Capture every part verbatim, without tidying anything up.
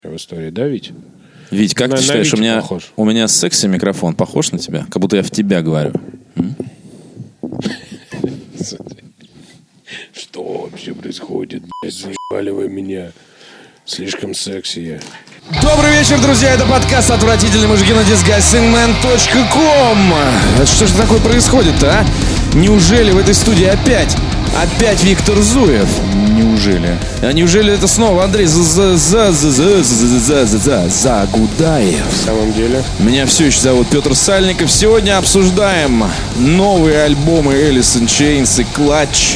в истории, да, Вить? Вить, как на, ты считаешь, у меня, похож. у меня секси микрофон похож на тебя? Как будто я в тебя говорю. Что вообще происходит? Блядь, заебали вы меня. Слишком секси я. Добрый вечер, друзья, это подкаст «Отвратительные мужики» на дисгастингмен точка ком. Что же такое происходит-то, а? Неужели в этой студии опять, опять Виктор Зуев? Неужели? А неужели это снова Андрей Загудаев? В самом деле. Меня все еще зовут Петр Сальников. Сегодня обсуждаем новые альбомы Alice in Chains и Clutch.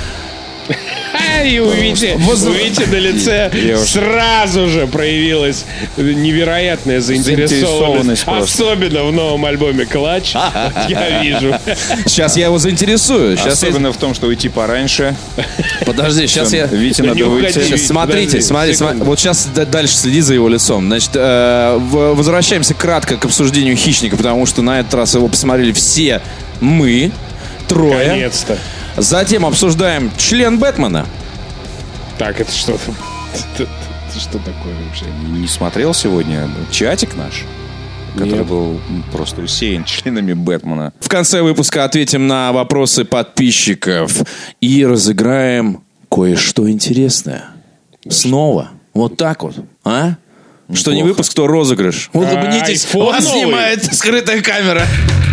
И у Вити, у Вити на лице сразу же проявилась невероятная заинтересованность, особенно в новом альбоме «Клатч». Я вижу. Сейчас я его заинтересую. Сейчас Особенно я... в том, что уйти пораньше. Подожди, сейчас я... Вите да надо выйти. Сейчас, смотрите, Подожди, смотрите, смотрите. Вот сейчас дальше следи за его лицом. Значит, э, возвращаемся кратко к обсуждению «Хищника», потому что на этот раз его посмотрели все мы, трое. Наконец-то. Затем обсуждаем «Член Бэтмена». Так, это что-то... Это, это что такое вообще? Не смотрел сегодня чатик наш, который Нет. был просто усеян членами Бэтмена. В конце выпуска ответим на вопросы подписчиков и разыграем кое-что интересное. Снова. Вот так вот. А? Что не выпуск, то розыгрыш. Улыбнитесь, айфон вас новый. снимает скрытая камера.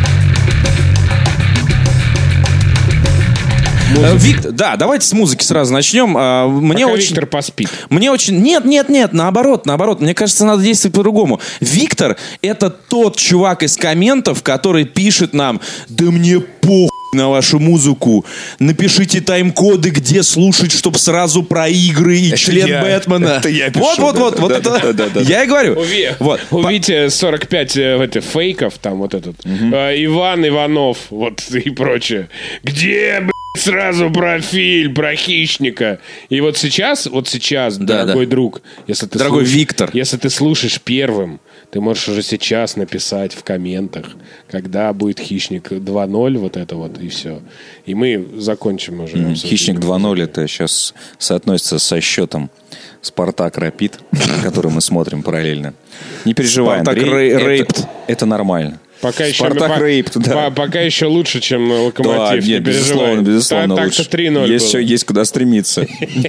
Виктор, да, давайте с музыки сразу начнем. А, Мне Пока очень, Виктор поспит. мне очень, нет, нет, нет, наоборот, наоборот. Мне кажется, надо действовать по-другому. Виктор — это тот чувак из комментов, который пишет нам: да мне похуй на вашу музыку. Напишите тайм-коды, где слушать, чтобы сразу про игры и Это член я. Бэтмена. Это я пишу, Вот, вот, да, вот, да, вот да, это. да, да, да. Я и говорю. У, Ви- Вот. у По- Вити сорок пять э, этих фейков, там вот этот. э, Иван Иванов, вот и прочее. Где, блядь, сразу про фильм, про хищника? И вот сейчас, вот сейчас, Да, дорогой да. друг, если ты Дорогой слуш- Виктор. если ты слушаешь первым, ты можешь уже сейчас написать в комментах, когда будет «Хищник два ноль», вот это вот, и все. И мы закончим уже. Мгм. обсуждение. Хищник два ноль это сейчас соотносится со счетом Спартак Рапид, который мы смотрим параллельно. Не переживай, Спартак Андрей, Рей- это, Рейпт. это нормально. Пока еще, Спартак по- Рейпт, да. по- пока еще лучше, чем Да, «Локомотив», не нет, переживай. безусловно, безусловно Так- лучше. Так-то три ноль Есть, было. все, есть куда стремиться.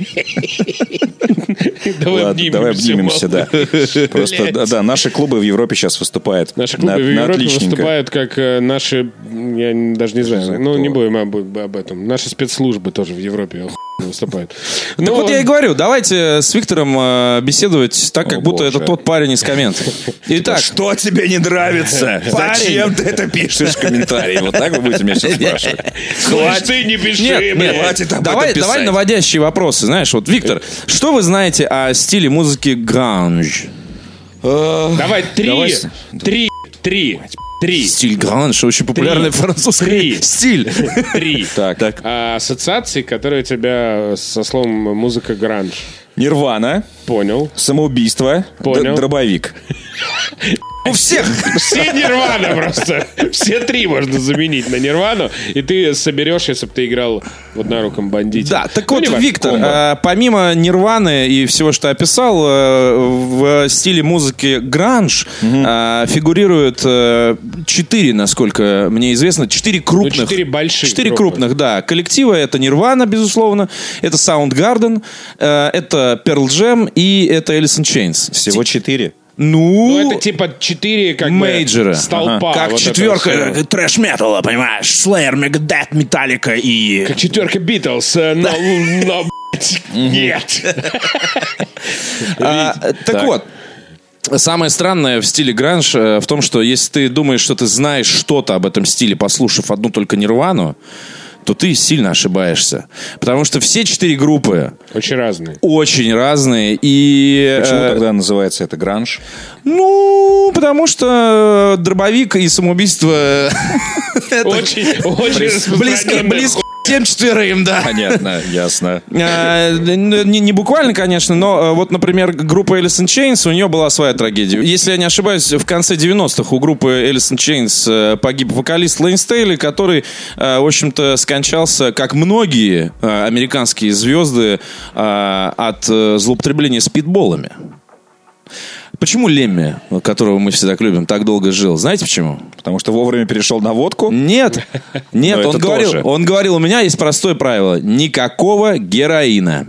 Давай Ладно, обнимемся. давай обнимемся, мало. да. Просто, Блядь. да, да, наши клубы в Европе сейчас выступают. Наши клубы на, в на Европе отличненько. выступают как э, наши, я не- даже не знаю, знаю, ну кто. не будем об, об этом. Наши спецслужбы тоже в Европе охуенно выступают. Так Ну, вот я и говорю, давайте с Виктором э, беседовать так, как О, будто боже. это тот парень из комментов. Итак, Что тебе не нравится? Зачем ты это пишешь в комментарии? Вот так вы будете меня сейчас спрашивать. слышь, ты не пиши, Нет, блядь. нет, хватит об давай, этом давай писать. наводящие вопросы. Знаешь, вот, Виктор, что вы знаете о стиле музыки гранж? Давай три, Давай. три, три, три, Стиль гранж, очень популярный Три. французский Три. стиль. три. Так. А, ассоциации, которые у тебя со словом музыка гранж. Нирвана, Понял. самоубийство, Понял. д- дробовик. У всех. Все Нирвана просто. Все три можно заменить на Нирвану. И ты соберешь, если бы ты играл в одноруком бандите. Да, так Ну, вот, не важно, Виктор, комбо. э, помимо Нирваны и всего, что я описал, э, в стиле музыки гранж э, фигурируют э, четыре, насколько мне известно, четыре крупных. Ну, четыре больших Четыре группы. крупных, да. Коллектива — это Нирвана, безусловно, это Soundgarden, э, это Pearl Jam и это Alice in Chains. Всего четыре. Ну, Ну, это типа четыре как мейджора. бы столпа. как вот это четверка всё. трэш-металла, понимаешь? Slayer, Megadeth, Metallica и... Как четверка Битлз. э, Но, но, блядь, нет. А, так, Так. вот, самое странное в стиле гранж э, в том, что если ты думаешь, что ты знаешь что-то об этом стиле, послушав одну только Нирвану, то ты сильно ошибаешься. Потому что все четыре группы Очень разные. очень разные. И, Почему э, тогда называется это гранж? ну, потому что дробовик и самоубийство это Очень, очень близко, распространенная близко тем четверым, да. Понятно, ясно. А, Не, не буквально, конечно, но а, вот, например, группа Alice in Chains, у нее была своя трагедия. Если я не ошибаюсь, в конце девяностых у группы Alice in Chains э, погиб вокалист Лейн Стейли, который, э, в общем-то, скончался, как многие э, американские звезды, э, от э, злоупотребления спидболами. почему Лемми, которого мы все так любим, так долго жил? Знаете почему? Потому что вовремя перешел на водку? Нет, нет, он говорил, он говорил, у меня есть простое правило: никакого героина.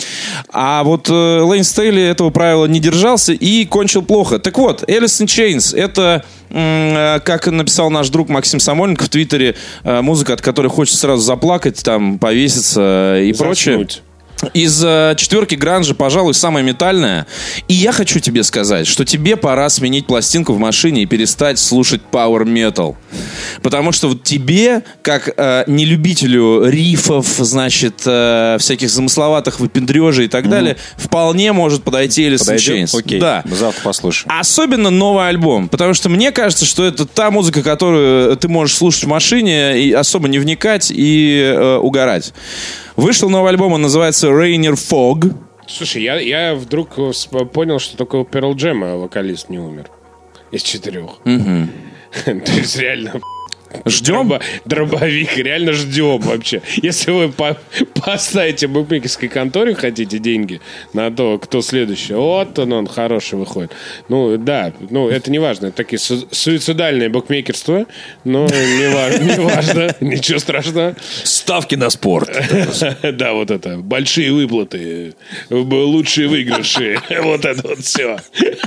А вот э, Лейн Стейли этого правила не держался и кончил плохо. Так вот, Alice in Chains — это, э, как написал наш друг Максим Самойленко в Твиттере, э, музыка, от которой хочется сразу заплакать, там, повеситься и Заснуть. прочее. Из э, четверки гранжа, пожалуй, самая метальная. И я хочу тебе сказать, что тебе пора сменить пластинку в машине и перестать слушать Power Metal. Потому что вот тебе, как э, нелюбителю рифов, значит, э, всяких замысловатых выпендрежей и так mm-hmm. далее, вполне может подойти Alice in Chains. Окей, да. завтра послушаем. Особенно новый альбом. Потому что мне кажется, что это та музыка, которую ты можешь слушать в машине и особо не вникать и э, угорать. Вышел новый альбом, он называется Rainier Fog. Слушай, я, я вдруг понял, что только у Pearl Jam вокалист не умер. Из четырех. Угу. То есть реально... Ждем? Дроба, дробовик, реально ждем вообще. Если вы по, поставите в букмекерской конторе, хотите деньги на то, кто следующий, вот он, он хороший выходит. Ну, да, ну, это не важно. Это такие су- суицидальное букмекерство, но не важно, не важно, ничего страшного. Ставки на спорт. Да, вот это. Большие выплаты, лучшие выигрыши. Вот это вот все.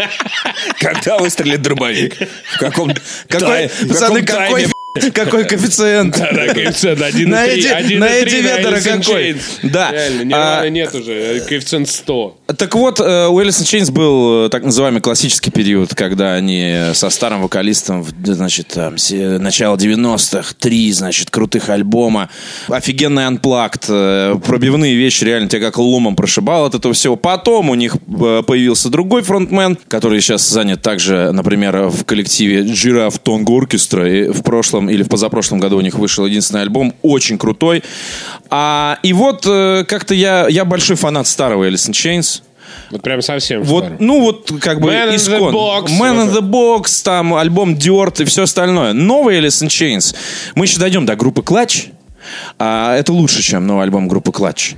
Когда выстрелит дробовик? В каком Какой, пацаны, какой... Какой коэффициент? Да, да, коэффициент один на и три. Эдди, на Эдди Веддера какой? Да. Реально, Нирваны а, нет уже. Коэффициент сто. Так вот, у Alice in Chains был так называемый классический период, когда они со старым вокалистом, значит, там, начало девяностых, три, значит, крутых альбома, офигенный Unplugged, пробивные вещи, реально тебя как ломом прошибало от этого всего. Потом у них появился другой фронтмен, который сейчас занят также, например, в коллективе Giraffe Tongue Orchestra, и в прошлом или в позапрошлом году у них вышел единственный альбом, очень крутой. А, и вот э, как-то я, я большой фанат старого Alice in Chains. Вот прям совсем вот, старый. Ну вот как бы Man искон. in the Box. Man in the Box, там альбом Dirt и все остальное. Новый Alice in Chains. Мы еще дойдем до группы Clutch. А, это лучше, чем новый альбом группы Clutch.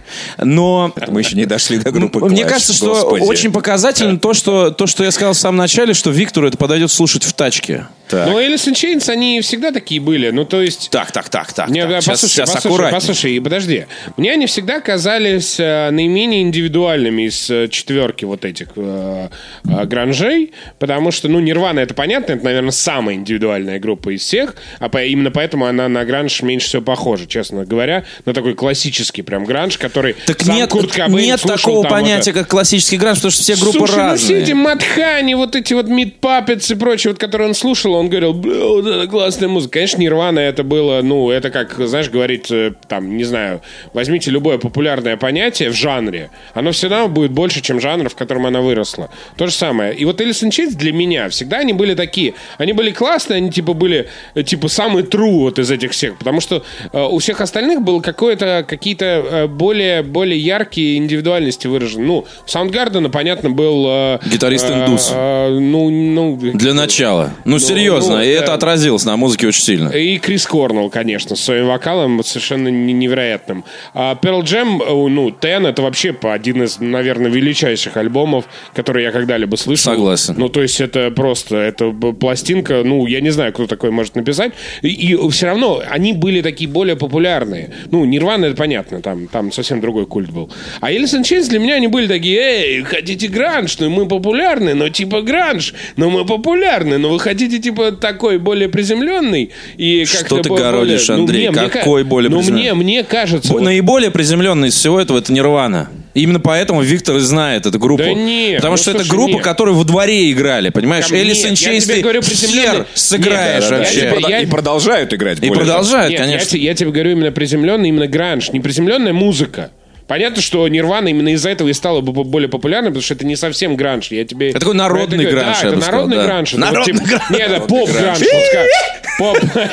Но мы еще не дошли до группы Clutch. Мне кажется, что Господи. очень показательно то что, то, что я сказал в самом начале, что Виктору это подойдет слушать в тачке. Так. Ну, Alice in Chains, они всегда такие были. Ну, то есть... Так, так, так, так. Не, так. Да, сейчас, послушай, сейчас послушай, послушай, подожди. Мне они всегда казались э, наименее индивидуальными из э, четверки вот этих э, э, гранжей, потому что, ну, Нирвана, это понятно, это, наверное, самая индивидуальная группа из всех, а по, именно поэтому она на гранж меньше всего похожа, честно говоря, на такой классический прям гранж, который так сам нет, Курт Кобейн нет слушал, такого там, понятия, вот, как классический гранж, потому что все группы Слушай, разные. ну все эти Мадхани, вот эти вот Meat Puppets и прочее, вот, которые он слушал, он говорил, бля, вот это классная музыка. Конечно, Нирвана это было, ну, это как, знаешь, говорить, там, не знаю, возьмите любое популярное понятие в жанре, оно всегда будет больше, чем жанр, в котором она выросла. То же самое. И вот Alice in Chains для меня всегда они были такие, они были классные, они типа были, типа, самые true вот из этих всех, потому что э, у всех остальных было какое-то, какие-то э, более, более яркие индивидуальности выражены. Ну, Soundgarden, понятно, был... Э, Гитарист индус. Э, э, ну, ну, для начала. Ну, ну серьезно, ну, и да. это отразилось на музыке очень сильно. И Крис Корнелл, конечно, с своим вокалом совершенно невероятным. А Pearl Jam, ну, Ten, это вообще один из, наверное, величайших альбомов, которые я когда-либо слышал. Согласен. Ну, то есть это просто, это пластинка, ну, я не знаю, кто такой может написать. И, и все равно они были такие более популярные. Ну, Нирвана, это понятно, там, там совсем другой культ был. А Alice in Chains для меня они были такие, эй, хотите гранж, ну мы популярны, но типа гранж, но мы популярны, но вы хотите типа такой более приземленный и как-то... Что ты городишь, более... Андрей, ну, мне, какой мне, более приземленный? Ну, мне, мне кажется... Бо- вот... Наиболее приземленный из всего этого — это Нирвана. Именно поэтому Виктор и знает эту группу. Да нет, Потому ну, что слушай, это группа, нет. которую во дворе играли, понимаешь? Там, Alice in Chains ты хер сыграешь нет, да, да, вообще. я тебе, я... И продолжают играть. И продолжают, нет, конечно. Я, я тебе говорю именно приземленный, именно гранж. Не приземленная музыка. Понятно, что Нирвана именно из-за этого и стала бы более популярной, потому что это не совсем гранж. Я тебе... Это такой народный это, гранж, да, я это бы сказал, народный да. гранж. Народный вот, типа, гранж. Нет, это поп-гранж. Поп.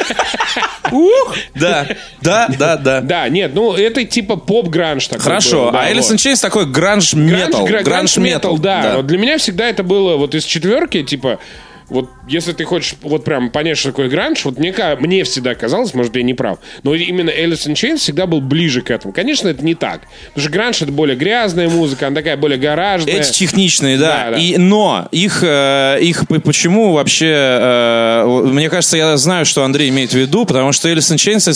Да, да, да, да. Да, нет, ну это типа поп-гранж такой. Хорошо, а Alice in Chains такой гранж-метал. Гранж-метал, да. Для меня всегда это было вот из четверки, типа... вот если ты хочешь вот прям понять, что такое гранж, вот мне, мне всегда казалось, может, я не прав, но именно Alice in Chains всегда был ближе к этому. Конечно, это не так. Потому что гранж — это более грязная музыка, она такая более гаражная. Эти техничные, да. да, да. И, но их, э, их почему вообще... Э, мне кажется, я знаю, что Андрей имеет в виду, потому что Alice in Chains — это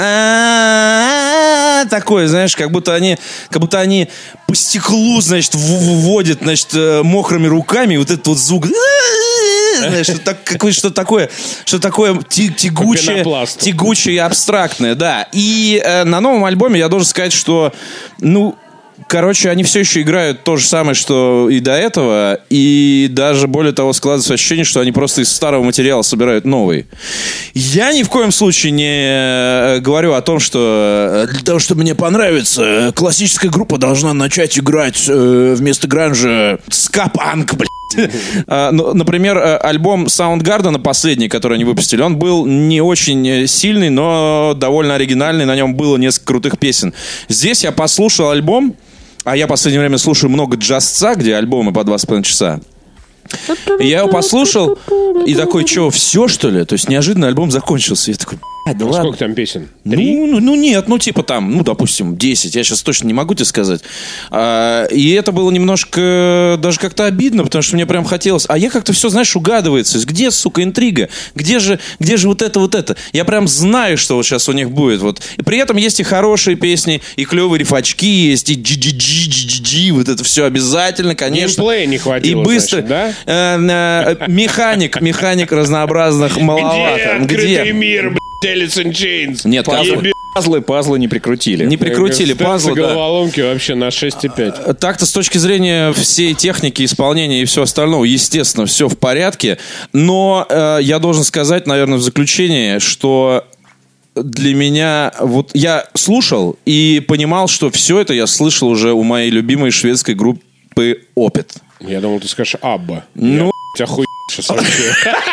всегда такое, знаешь, как будто они, как будто они по стеклу, значит, вводят, значит, мокрыми руками вот этот вот звук... Знаешь, что, так, какое, что такое, что такое тягучее, тягучее и абстрактное, да. И э, на новом альбоме я должен сказать, что, ну, короче, они все еще играют то же самое, что и до этого, и даже, более того, складывается ощущение, что они просто из старого материала собирают новый. Я ни в коем случае не говорю о том, что для того, чтобы мне понравиться, классическая группа должна начать играть э, вместо гранжа ска-панк, блядь. Например, альбом Soundgarden, последний, который они выпустили, он был не очень сильный, но довольно оригинальный. На нем было несколько крутых песен. Здесь я послушал альбом, а я в последнее время слушаю много джазца, где альбомы по два с половиной часа. И я его послушал и такой, что, все, что ли? То есть неожиданно альбом закончился. Я такой, да ладно. Сколько там песен? Три? Ну, ну, ну нет, ну типа там, ну допустим, десять. Я сейчас точно не могу тебе сказать. А, и это было немножко даже как-то обидно, потому что мне прям хотелось. А я как-то все, знаешь, угадывается. Где, сука, интрига? Где же, где же вот это, вот это? Я прям знаю, что вот сейчас у них будет. Вот. И при этом есть и хорошие песни, и клевые рифачки есть, и джи-джи-джи-джи-джи. Вот это все обязательно, конечно. Геймплея не хватило, и быстро. Значит, да? Э, э, механик, механик разнообразных маловато. Где открытый мир, блядь? Alice in Chains. Нет, пазлы, пазлы, пазлы не прикрутили. Не прикрутили пазлы, да. Головоломки вообще на шесть и пять. Так-то с точки зрения всей техники, исполнения и всего остального, естественно, все в порядке. Но э, я должен сказать, наверное, в заключение, что для меня... Вот я слушал и понимал, что все это я слышал уже у моей любимой шведской группы Opeth. Я думал, ты скажешь Абба. Ну... Я охуел сейчас вообще.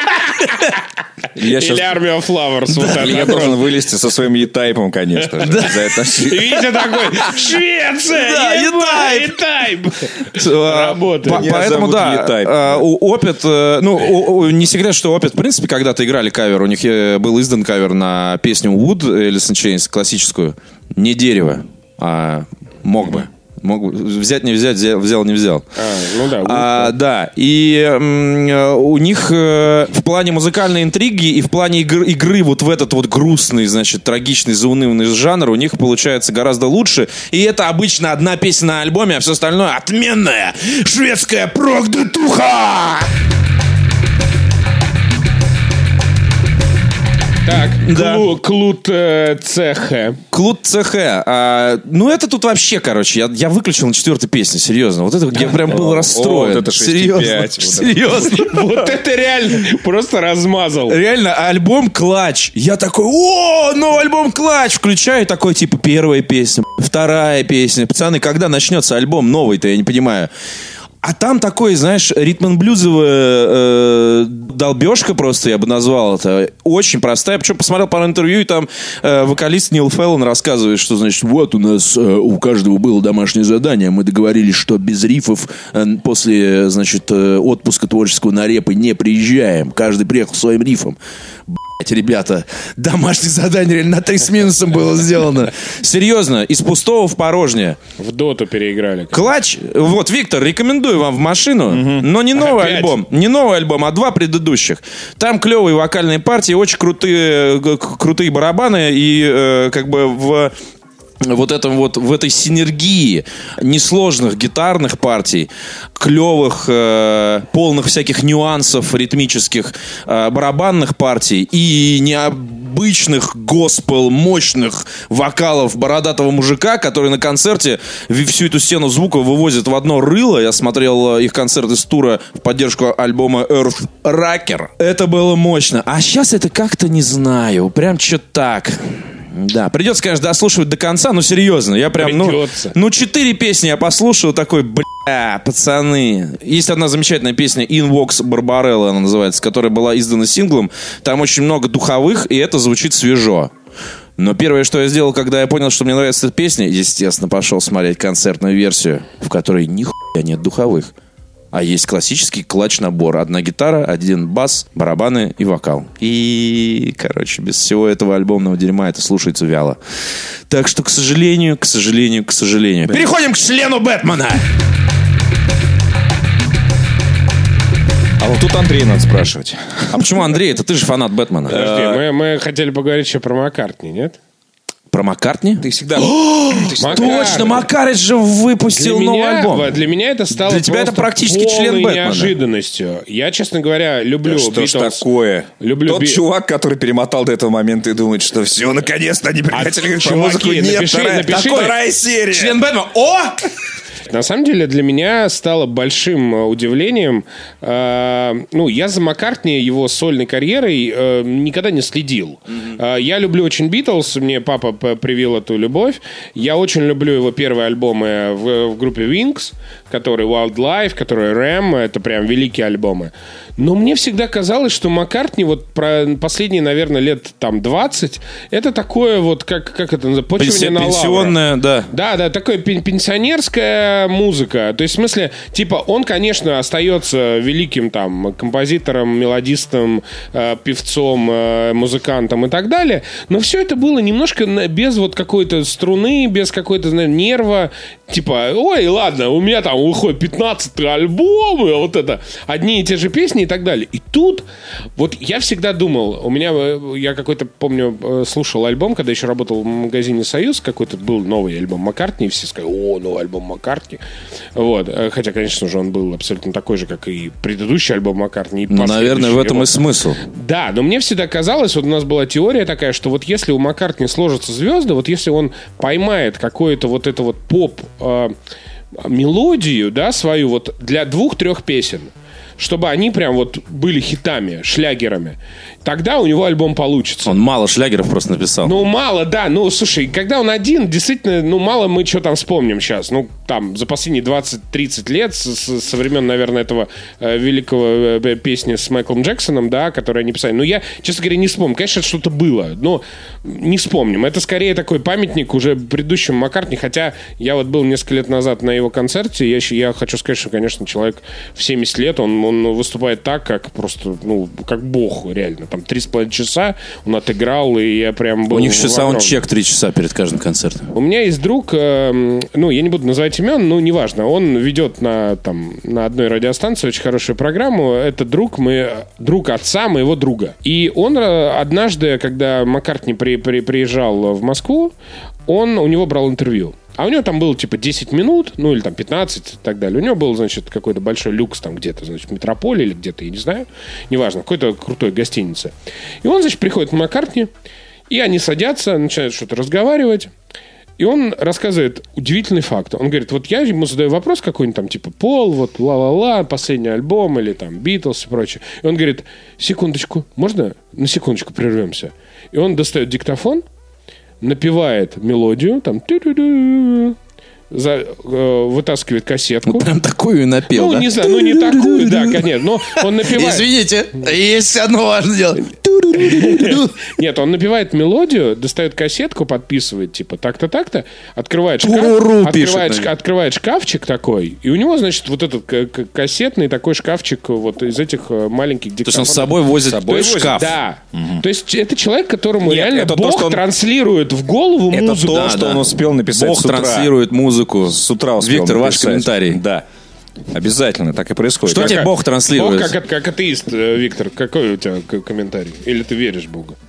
Я Или сейчас... Army of Flowers. Да, вот я должен вылезти со своим E-Type, конечно же. Да. Витя такой, Швеция, E-Type. Работает. Поэтому, да, у Opeth, ну, не секрет, что Opeth, в принципе, когда-то играли кавер. У них был издан кавер на песню Wood, Alice in Chains, классическую. Не дерево, а мог бы. Мог взять, не взять, взял, не взял. А, ну да. А, да. И м, у них э, в плане музыкальной интриги и в плане игры, игры вот в этот вот грустный, значит, трагичный, заунывный жанр у них получается гораздо лучше. И это обычно одна песня на альбоме, а все остальное отменная шведская прог-детуха! Так, да. клу, Клут э, ЦХ. Клут ЦХ. А, ну, это тут вообще, короче, я, я выключил на четвертой песне, серьезно. Вот это я прям был расстроен. Вот это шесть и пять. Серьезно. Вот это реально просто размазал. Реально, альбом «Клатч». Я такой, о, новый альбом «Клатч». Включаю такой, типа, первая песня, вторая песня. Пацаны, когда начнется альбом новый-то, я не понимаю. А там такой, знаешь, ритм-н-блюзовая э, долбежка просто, я бы назвал это. Очень простая. Причем посмотрел пару интервью, и там э, вокалист Нил Феллон рассказывает, что, значит, вот у нас э, у каждого было домашнее задание. Мы договорились, что без рифов э, после, значит, э, отпуска творческого на репы не приезжаем. Каждый приехал своим рифом. Блять, ребята, домашнее задание реально на три с минусом было сделано. Серьезно, из пустого в порожнее. В доту переиграли. Клатч. Вот, Виктор, рекомендую вам в машину, угу. Но не новый Опять? альбом. Не новый альбом, а два предыдущих. Там клевые вокальные партии, очень крутые, крутые барабаны и э, как бы в... Вот, этом, вот в этой синергии несложных гитарных партий, клевых, э, полных всяких нюансов ритмических э, барабанных партий и необычных госпел, мощных вокалов бородатого мужика, который на концерте всю эту стену звука вывозит в одно рыло. Я смотрел их концерт из тура в поддержку альбома Earth Racker. Это было мощно. А сейчас это как-то не знаю. Прям что-то так... Да, придется, конечно, дослушивать до конца, но серьезно, я прям, ну, ну, четыре песни я послушал, такой, бля, пацаны. Есть одна замечательная песня In Walks Barbarella, она называется, которая была издана синглом, там очень много духовых, и это звучит свежо. Но первое, что я сделал, когда я понял, что мне нравится эта песня, естественно, пошел смотреть концертную версию, в которой нихуя нет духовых. А есть классический клатч-набор. Одна гитара, один бас, барабаны и вокал. И, короче, без всего этого альбомного дерьма это слушается вяло. Так что, к сожалению, к сожалению, к сожалению. Переходим к члену Бэтмена! А вот тут Андрей надо спрашивать. А почему Андрей? Это ты же фанат Бэтмена. Подожди, мы, мы хотели поговорить еще про Маккартни, нет? Про Маккартни? Ты всегда... Точно, Маккарич же выпустил для новый меня, альбом. Для меня это стало Для тебя это практически член Бэтмена. Неожиданностью. Я, честно говоря, люблю Что Beatles. ж такое? Люблю Тот Би... чувак, который перемотал до этого момента и думает, что все, наконец-то они прекратили говорить про чуваки, музыку. Нет, напиши, вторая, напиши. вторая серия. Член Бэтмена. О! На самом деле для меня стало большим удивлением. Э, ну, я за Маккартни, его сольной карьерой э, никогда не следил. Mm-hmm. Э, я люблю очень Битлз, мне папа привил эту любовь. Я очень люблю его первые альбомы в, в группе Wings, которые Wildlife, которые Ram, это прям великие альбомы. Но мне всегда казалось, что Маккартни вот про последние, наверное, лет там двадцать, это такое вот, как, как это называется, почивание на лаврах. Пенсионная, да. Да, да, такое пенсионерская музыка. То есть, в смысле, типа, он, конечно, остается великим там композитором, мелодистом, э, певцом, э, музыкантом и так далее, но все это было немножко без вот какой-то струны, без какой-то, знаешь, нерва. Типа, ой, ладно, у меня там выходит пятнадцатый альбом, и вот это, одни и те же песни и так далее. И тут, вот я всегда думал, у меня, я какой-то, помню, слушал альбом, когда еще работал в магазине «Союз», какой-то был новый альбом Маккартни, и все сказали, о, новый альбом Маккартни. Вот. Хотя, конечно же, он был абсолютно такой же, как и предыдущий альбом Маккартни. Ну, наверное, в этом его. И смысл. Да, но мне всегда казалось, вот у нас была теория такая, что вот если у Маккартни сложатся звезды, вот если он поймает какое-то вот это вот поп э, мелодию, да, свою вот для двух-трех песен, чтобы они прям вот были хитами, шлягерами, тогда у него альбом получится. Он мало шлягеров просто написал. Ну, мало, да. Ну, слушай, когда он один, действительно, ну, мало мы что там вспомним сейчас. Ну, там, за последние двадцать-тридцать лет, со, со времен, наверное, этого э, великого э, песни с Майклом Джексоном, да, который они писали. Ну, я, честно говоря, не вспомню. Конечно, это что-то было, но не вспомним. Это скорее такой памятник уже предыдущему Маккартни, хотя я вот был несколько лет назад на его концерте, я, я хочу сказать, что, конечно, человек в семьдесят лет, он, он выступает так, как просто, ну, как бог, реально. Там три с половиной часа он отыграл, и я прям был... У них еще саундчек три часа перед каждым концертом. У меня есть друг, э, ну, я не буду называть имен, но неважно. Он ведет на, там, на одной радиостанции очень хорошую программу. Это друг, мы, друг отца моего друга. И он однажды, когда Маккартни при, при, приезжал в Москву, он, у него брал интервью. А у него там было типа десять минут, ну или там пятнадцать и так далее. У него был, значит, какой-то большой люкс там где-то, значит, в Метрополе или где-то, я не знаю. Неважно, в какой-то крутой гостинице. И он, значит, приходит к Маккартни, и они садятся, начинают что-то разговаривать. И он рассказывает удивительный факт. Он говорит, вот я ему задаю вопрос какой-нибудь там, типа, Пол, вот ла-ла-ла, последний альбом, или там Битлз и прочее. И он говорит, секундочку, можно на секундочку прервемся? И он достает диктофон, напевает мелодию, там, ту-ду-ду, за, э, вытаскивает кассетку. Прям такую и напел, ну, да? не знаю, ну не такую, да, конечно, но он напевает. Извините, есть одно важное дело. Нет, он напевает мелодию, достает кассетку, подписывает, типа, так-то, так-то, открывает шкаф, открывает, шка- открывает шкафчик такой, и у него, значит, вот этот к- к- кассетный такой шкафчик вот из этих маленьких диктофонов. То есть он с собой возит с собой шкаф. Да. Угу. То есть это человек, которому Нет, реально это Бог то, что он... транслирует в голову это музыку. Это то, да, что да. он успел написать Бог с утра. транслирует музыку. С утра успел Виктор, написать. ваш комментарий. Да. Обязательно, так и происходит. Что Как, тебе Бог транслирует? Бог как, как атеист, Виктор, какой у тебя комментарий? Или ты веришь в Бога?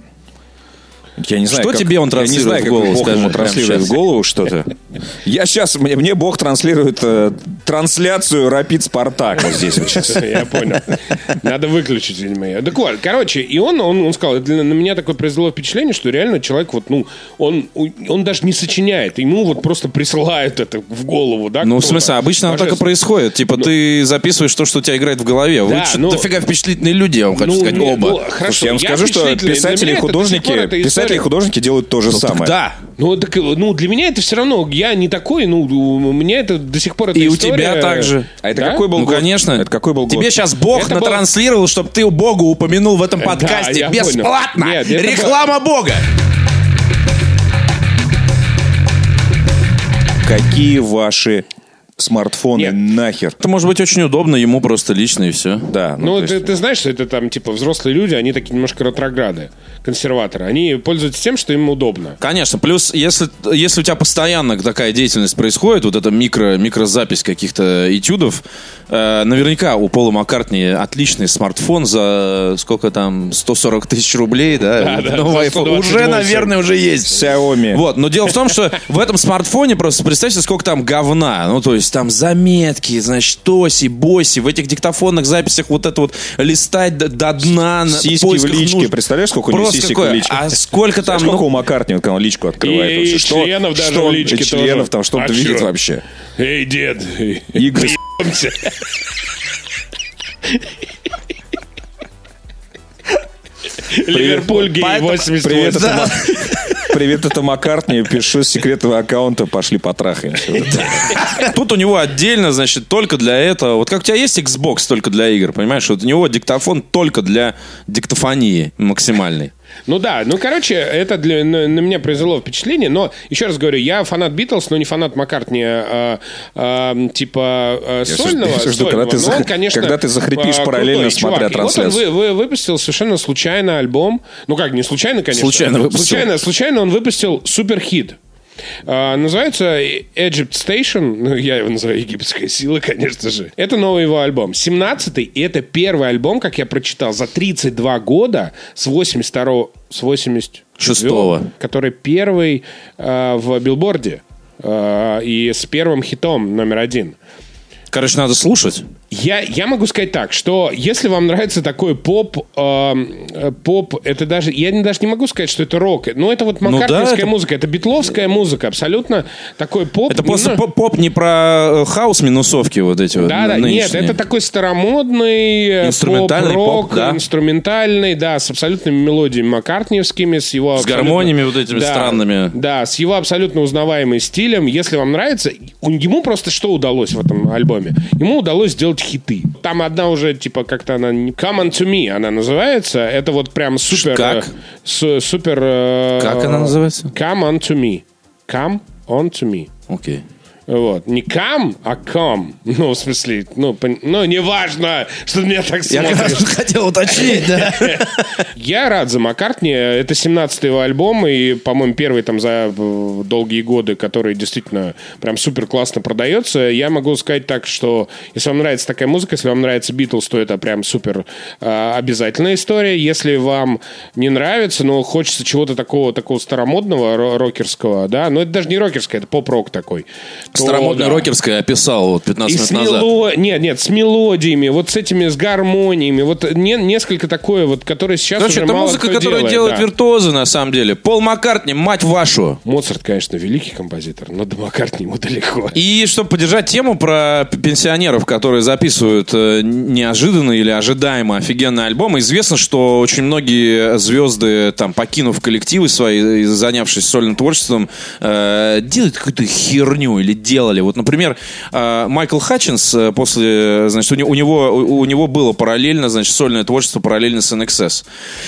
Я не знаю, что как, тебе он транслирует я не знаю, в голову? Как Бог скажи, ему транслирует в голову что-то. Я сейчас, мне, мне Бог транслирует э, трансляцию Рапид Спартак вот здесь вот сейчас. Я понял. Надо выключить, видимо, ее. Так вот, короче, и он, он, он сказал, на меня такое произвело впечатление, что реально человек вот, ну, он, он даже не сочиняет, ему вот просто присылают это в голову, да? Ну, в смысле, обычно оно так и происходит. Типа, ну, ты записываешь то, что у тебя играет в голове. Вы да, что-то ну, дофига впечатлительные люди, я вам хочу ну, сказать, не, оба. Ну, хорошо, я вам я скажу, что писатели и художники, писатели и художники делают то же ну, самое. Да. Ну, так, ну, для меня это все равно, я не такой, ну, у меня это до сих пор эта и история. у тебя также. А это да? какой был ну, год? конечно. Это какой был год? Тебе сейчас Бог это натрансслировал, был... чтобы ты Богу упомянул в этом подкасте да, бесплатно. Нет, реклама был... Бога. Какие ваши Смартфоны Нет. нахер. Это может быть очень удобно ему просто лично и все. Да. Ну, то ты, есть- ты знаешь, что это там, типа, взрослые люди, они такие немножко ретрограды, консерваторы. Они пользуются тем, что им удобно. Конечно, плюс, если, если у тебя постоянно такая деятельность происходит, вот эта микро, микрозапись каких-то этюдов, э, наверняка у Пола Маккартни отличный смартфон за сколько там, сто сорок тысяч рублей, да? Да, да, Новый за iPhone. сто двадцать Уже, восемь. наверное, уже есть. Xiaomi. Вот, но дело в том, что в этом смартфоне просто представьте, сколько там говна. Ну, то есть там заметки, значит, тоси, боси, в этих диктофонных записях вот это вот листать до, до дна. на- Сиськи в поисках личке. нужд. Представляешь, сколько у него Просто сисек какое? в личке? А сколько там... Знаешь, сколько ну, у Маккартни, когда он личку открывает? И вообще? Что- членов даже что в он- личке и членов тоже. там, что он А видит чё? вообще? Эй, дед, Игры с- ебемся. Ливерпуль гей Поэтому- восемьдесят Привет, восемь. это, Ма- Привет, это Маккартни. Пишу с секретного аккаунта, пошли потрахаемся. Тут у него отдельно, значит, только для этого. Вот как у тебя есть Xbox только для игр, понимаешь? Вот у него диктофон только для диктофонии максимальной. Ну да, ну короче, это для, на, на меня произвело впечатление, но еще раз говорю, я фанат Битлз, но не фанат Маккартни, а, а, типа а, сольного. Я жду, сольного. когда ты Но зах- он, конечно, когда ты захрипишь а, параллельно, крутой смотря чувак. И трансляцию. Вот он вы, вы, выпустил совершенно случайно альбом, ну как, не случайно, конечно. Случайно выпустил. Случайно, случайно он выпустил суперхит. А, называется Egypt Station. Ну, я его называю «Египетская сила», конечно же. Это новый его альбом. семнадцатый, и это первый альбом, как я прочитал, за тридцать два года с восемьдесят второго, с восемьдесят Шестого. который первый а, в билборде. А, и с первым хитом номер один. Короче, надо слушать. Я, я могу сказать так, что если вам нравится такой поп, э, э, поп, это даже, я не, даже не могу сказать, что это рок, но это вот Ну маккартниевская да, это- музыка, это битловская музыка, абсолютно такой поп. Это просто немного- поп, поп не про э, хаус-минусовки вот эти вот Да, да, нет, нынешние. это такой старомодный э, Инструментальный поп-рок, поп, да. инструментальный, да, с абсолютными мелодиями маккартниевскими, с его С абсолютно- гармониями вот этими да, странными. Да, с его абсолютно узнаваемым стилем. Если вам нравится, у- ему просто что удалось в этом альбоме? Ему удалось сделать хиты. Там одна уже, типа, как-то она... не- Come on to me она называется. Это вот прям супер... Как? э, с- супер... э, Как она называется? Come on to me. Come on to me. Окей. Вот. Не come, а come. Ну, в смысле, ну, пон- ну неважно, что ты меня так Я как смотришь. раз хотел уточнить, да. Я рад за Маккартни. Это семнадцатый его альбом, и, по-моему, первый там за э, долгие годы, который действительно прям супер классно продается. Я могу сказать так, что если вам нравится такая музыка, если вам нравится Битлз, то это прям супер э, обязательная история. Если вам не нравится, но хочется чего-то такого, такого старомодного, ро- рокерского, да, но это даже не рокерское, это поп-рок такой. то Старомодная да. рокерская описал вот И пятнадцать с минут назад. мело... Нет, нет, с мелодиями, вот с этими, с гармониями, вот не, несколько такое вот, которое сейчас Короче, уже это мало музыка, кто которую делает, делают да. виртуозы, на самом деле. Пол Маккартни, мать вашу. Моцарт, конечно, великий композитор, но до Маккартни ему далеко. И чтобы поддержать тему про п- пенсионеров, которые записывают э, неожиданно или ожидаемо офигенные альбомы, известно, что очень многие звезды, там, покинув коллективы свои и занявшись сольным творчеством, э, делают какую-то херню или делали. Вот, например, э, Майкл Хатчинс э, после, значит, у, не- у него у, у него было параллельно, значит, сольное творчество параллельно с эн икс эс.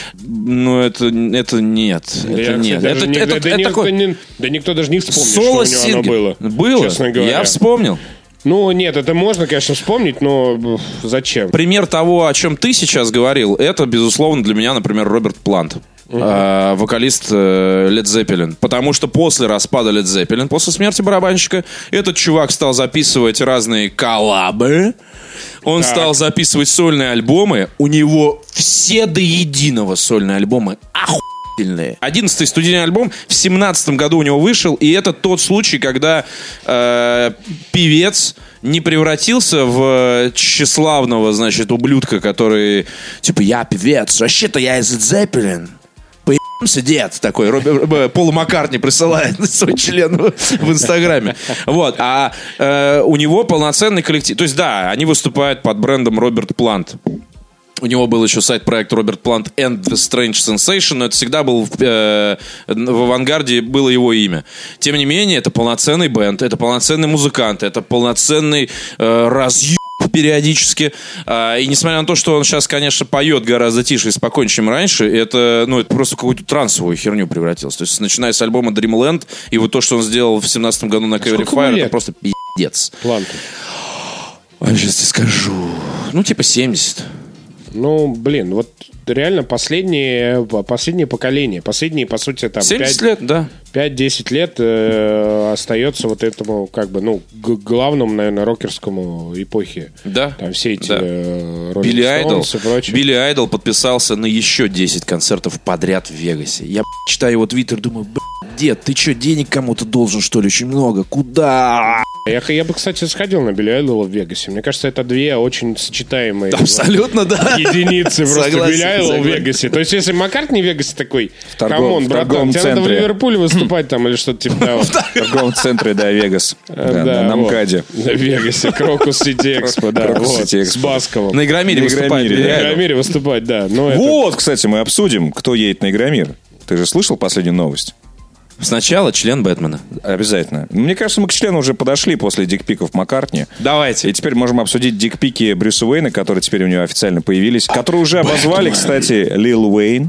Но это это нет, Да это я, нет. кстати, даже Это, не- это- да, это да, такой никто не- да никто даже не вспомнит, что у соло него оно сингл. было. Было. Честно говоря. Я вспомнил. Ну, нет, это можно, конечно, вспомнить, но уф, зачем? Пример того, о чем ты сейчас говорил, это, безусловно, для меня, например, Роберт Плант. Uh-huh. Вокалист э, Led Zeppelin. Потому что после распада Led Zeppelin, после смерти барабанщика, этот чувак стал записывать разные коллабы. Он Так. стал записывать сольные альбомы. У него все до единого сольные альбомы охуительные. Одиннадцатый студийный альбом в семнадцатом году у него вышел. И это тот случай, когда э, певец не превратился в тщеславного, значит, ублюдка, который, типа, я певец, вообще-то я из Led Zeppelin. Поебемся, дед, такой, Роберт, э, Пол Маккартни присылает свой член в, в Инстаграме. Вот, а э, у него полноценный коллектив. То есть, да, они выступают под брендом Роберт Плант. У него был еще сайт-проект Роберт Плант and the Strange Sensation, но это всегда был э, в авангарде было его имя. Тем не менее, это полноценный бенд, это полноценный музыкант, это полноценный э, разъеб периодически. А, и несмотря на то, что он сейчас, конечно, поет гораздо тише и спокойнее, чем раньше, это, ну, это просто в какую-то трансовую херню превратилось. То есть, начиная с альбома Dreamland, и вот то, что он сделал в семнадцатом году на Cover Fire, это просто пиздец. План-то. А сейчас тебе скажу. Ну, типа семьдесят. Ну, блин, вот реально последнее, последнее поколение, последние, по сути, там... семьдесят лет, да. пять-десять лет э, остается вот этому, как бы, ну, г- главному, наверное, рокерскому эпохе. Да. Там все эти да. э, Rolling Билли Айдол, Stones и прочее. Билли Айдол подписался на еще десять концертов подряд в Вегасе. Я читаю его твиттер, думаю, дед, ты что, денег кому-то должен, что ли, очень много? Куда? Я, я бы, кстати, сходил на Билли Айдола в Вегасе. Мне кажется, это две очень сочетаемые Абсолютно, да. единицы просто. Согласен, Билли Айдол в согласен. Вегасе. То есть, если Маккартни в Вегасе такой, торгов- камон, в братан, торговом тебе надо в центре. Ливерпуле выступать там или что-то типа того. В торговом центре, да, Вегас. Да, Да, на- на вот. МКАДе. На Вегасе, Крокус Сити Экспо, да, Крокус вот, Сити с Экспо. Басковым. На Игромире На выступает Игромире, Билли На Айдол. Игромире выступать, да. Но это... Вот, кстати, мы обсудим, кто едет на Игромир. Ты же слышал последнюю новость? Сначала член Бэтмена. Обязательно. Мне кажется, мы к члену уже подошли после дикпиков Маккартни. Давайте. И теперь можем обсудить дикпики Брюса Уэйна, которые теперь у него официально появились. Которые уже обозвали, кстати, Лил Уэйн.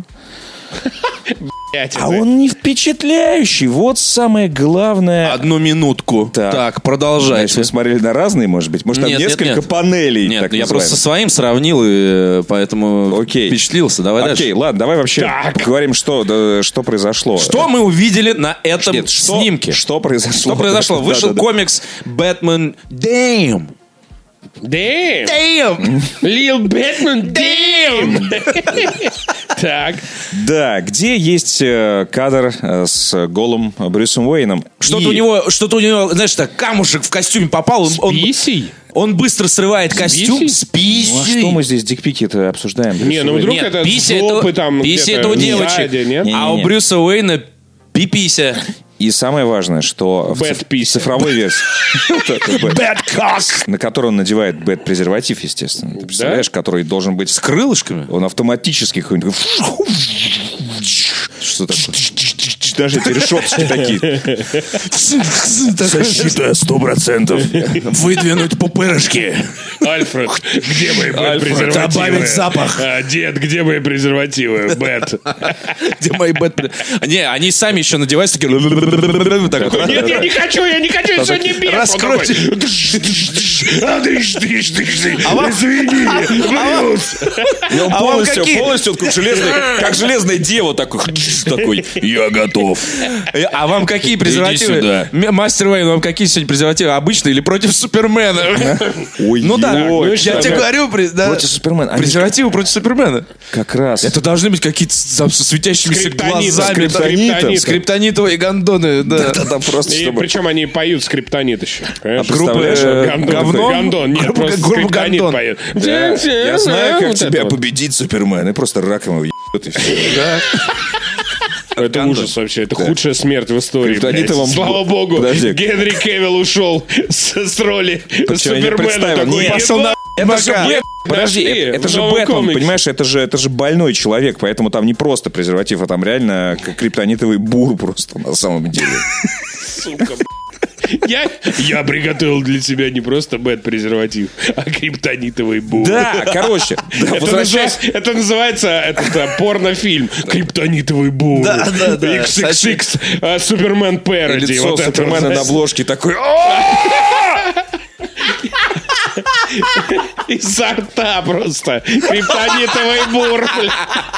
А он не впечатляющий. Вот самое главное. Одну минутку. Так. Так, Значит, продолжайте. вы смотрели на разные, может быть? Может, там Нет, нет, несколько нет. панелей, Нет, так я называемых? просто со своим сравнил, и э, поэтому Окей. впечатлился. Давай Окей, дальше. ладно, давай вообще Так. поговорим, что, да, что произошло. Что мы увидели на этом Нет, что, снимке? Что произошло? Что произошло? Вышел Да-да-да. комикс «Бэтмен Damn». Damn! Damn! Лил Бэтмен, damn! Так. Да, где есть э, кадр э, с голым Брюсом Уэйном. Что-то И- у него, что-то у него, знаешь, так, камушек в костюме попал. Он, он, Писей? он быстро срывает костюм писей? с Ну, а писей. что мы здесь дикпики-то обсуждаем? Не, ну вдруг Нет, это пися жопы это, там пися где-то это у девочек. сзади, нет? Не. А у Брюса Уэйна пипися. И самое важное, что в Bad циф- piece. цифровой версии, Bad cock. на которой он надевает бэт-презерватив, естественно. Ты представляешь, который должен быть... С крылышками? Он автоматически какой-нибудь... Что такое? Даже эти решеточки такие. Защита сто процентов. Выдвинуть пупырышки. Альфред, где мои бэт-презервативы? добавить запах. А, дед, где мои презервативы? Бэт. Где мои бэт... Не, они сами еще надеваются такие... такой. Нет, я не хочу, я не хочу, еще не бес. Раскройте. А, дыш, дыш, дыш, дыш. А вам- Извини, Брюс. И он А вам полностью, какие? полностью вот как железный, как железная дева такой, такой, я готов. А вам какие презервативы? сюда. М- Мастер Уэйн, вам какие сегодня презервативы? Обычные или против Супермена? Ой, Ну да, ой, ну и я что? тебе говорю, при- да. Против Супермена. Они Презервативы против Супермена. Как раз. Это должны быть какие-то там со светящимися Скриптонит, глазами. скриптонит. Скриптонитовые гондоны, да. Да, просто И чтобы... причем они поют скриптонит еще. понимаешь? Группа представляешь, э, Гандон, говно? Гандон, нет, Группа- просто группа скриптонит Гандон. поет. Да, я знаю, как Вот тебя это вот. победить, Супермен. И просто раком его ебет, и все. Это ужас вообще, это худшая смерть в истории. Криптонитовым блядь. Слава бу- богу, Подожди. Генри Кевилл ушел с, с роли Почему я не Супермена. представил? Такой, Нет. Пошел на... Это же Пока. Бэт- Подожди, Нашли это, это в же новом Бэтмен, комиксе. понимаешь, это же, это же больной человек, поэтому там не просто презерватив, а там реально к- криптонитовый бур просто на самом деле. Сука, блядь. Я, я приготовил для тебя не просто бэт-презерватив, а криптонитовый бур. Да, короче, да, Это, возвращаясь... называ- это называется этот, а, порнофильм «Криптонитовый бур». Да, да, да. икс икс икс а, Супермен И Пароди. лицо Вот это Супермена вот. на обложке такой... Изо рта просто. Криптонитовый бур. бля.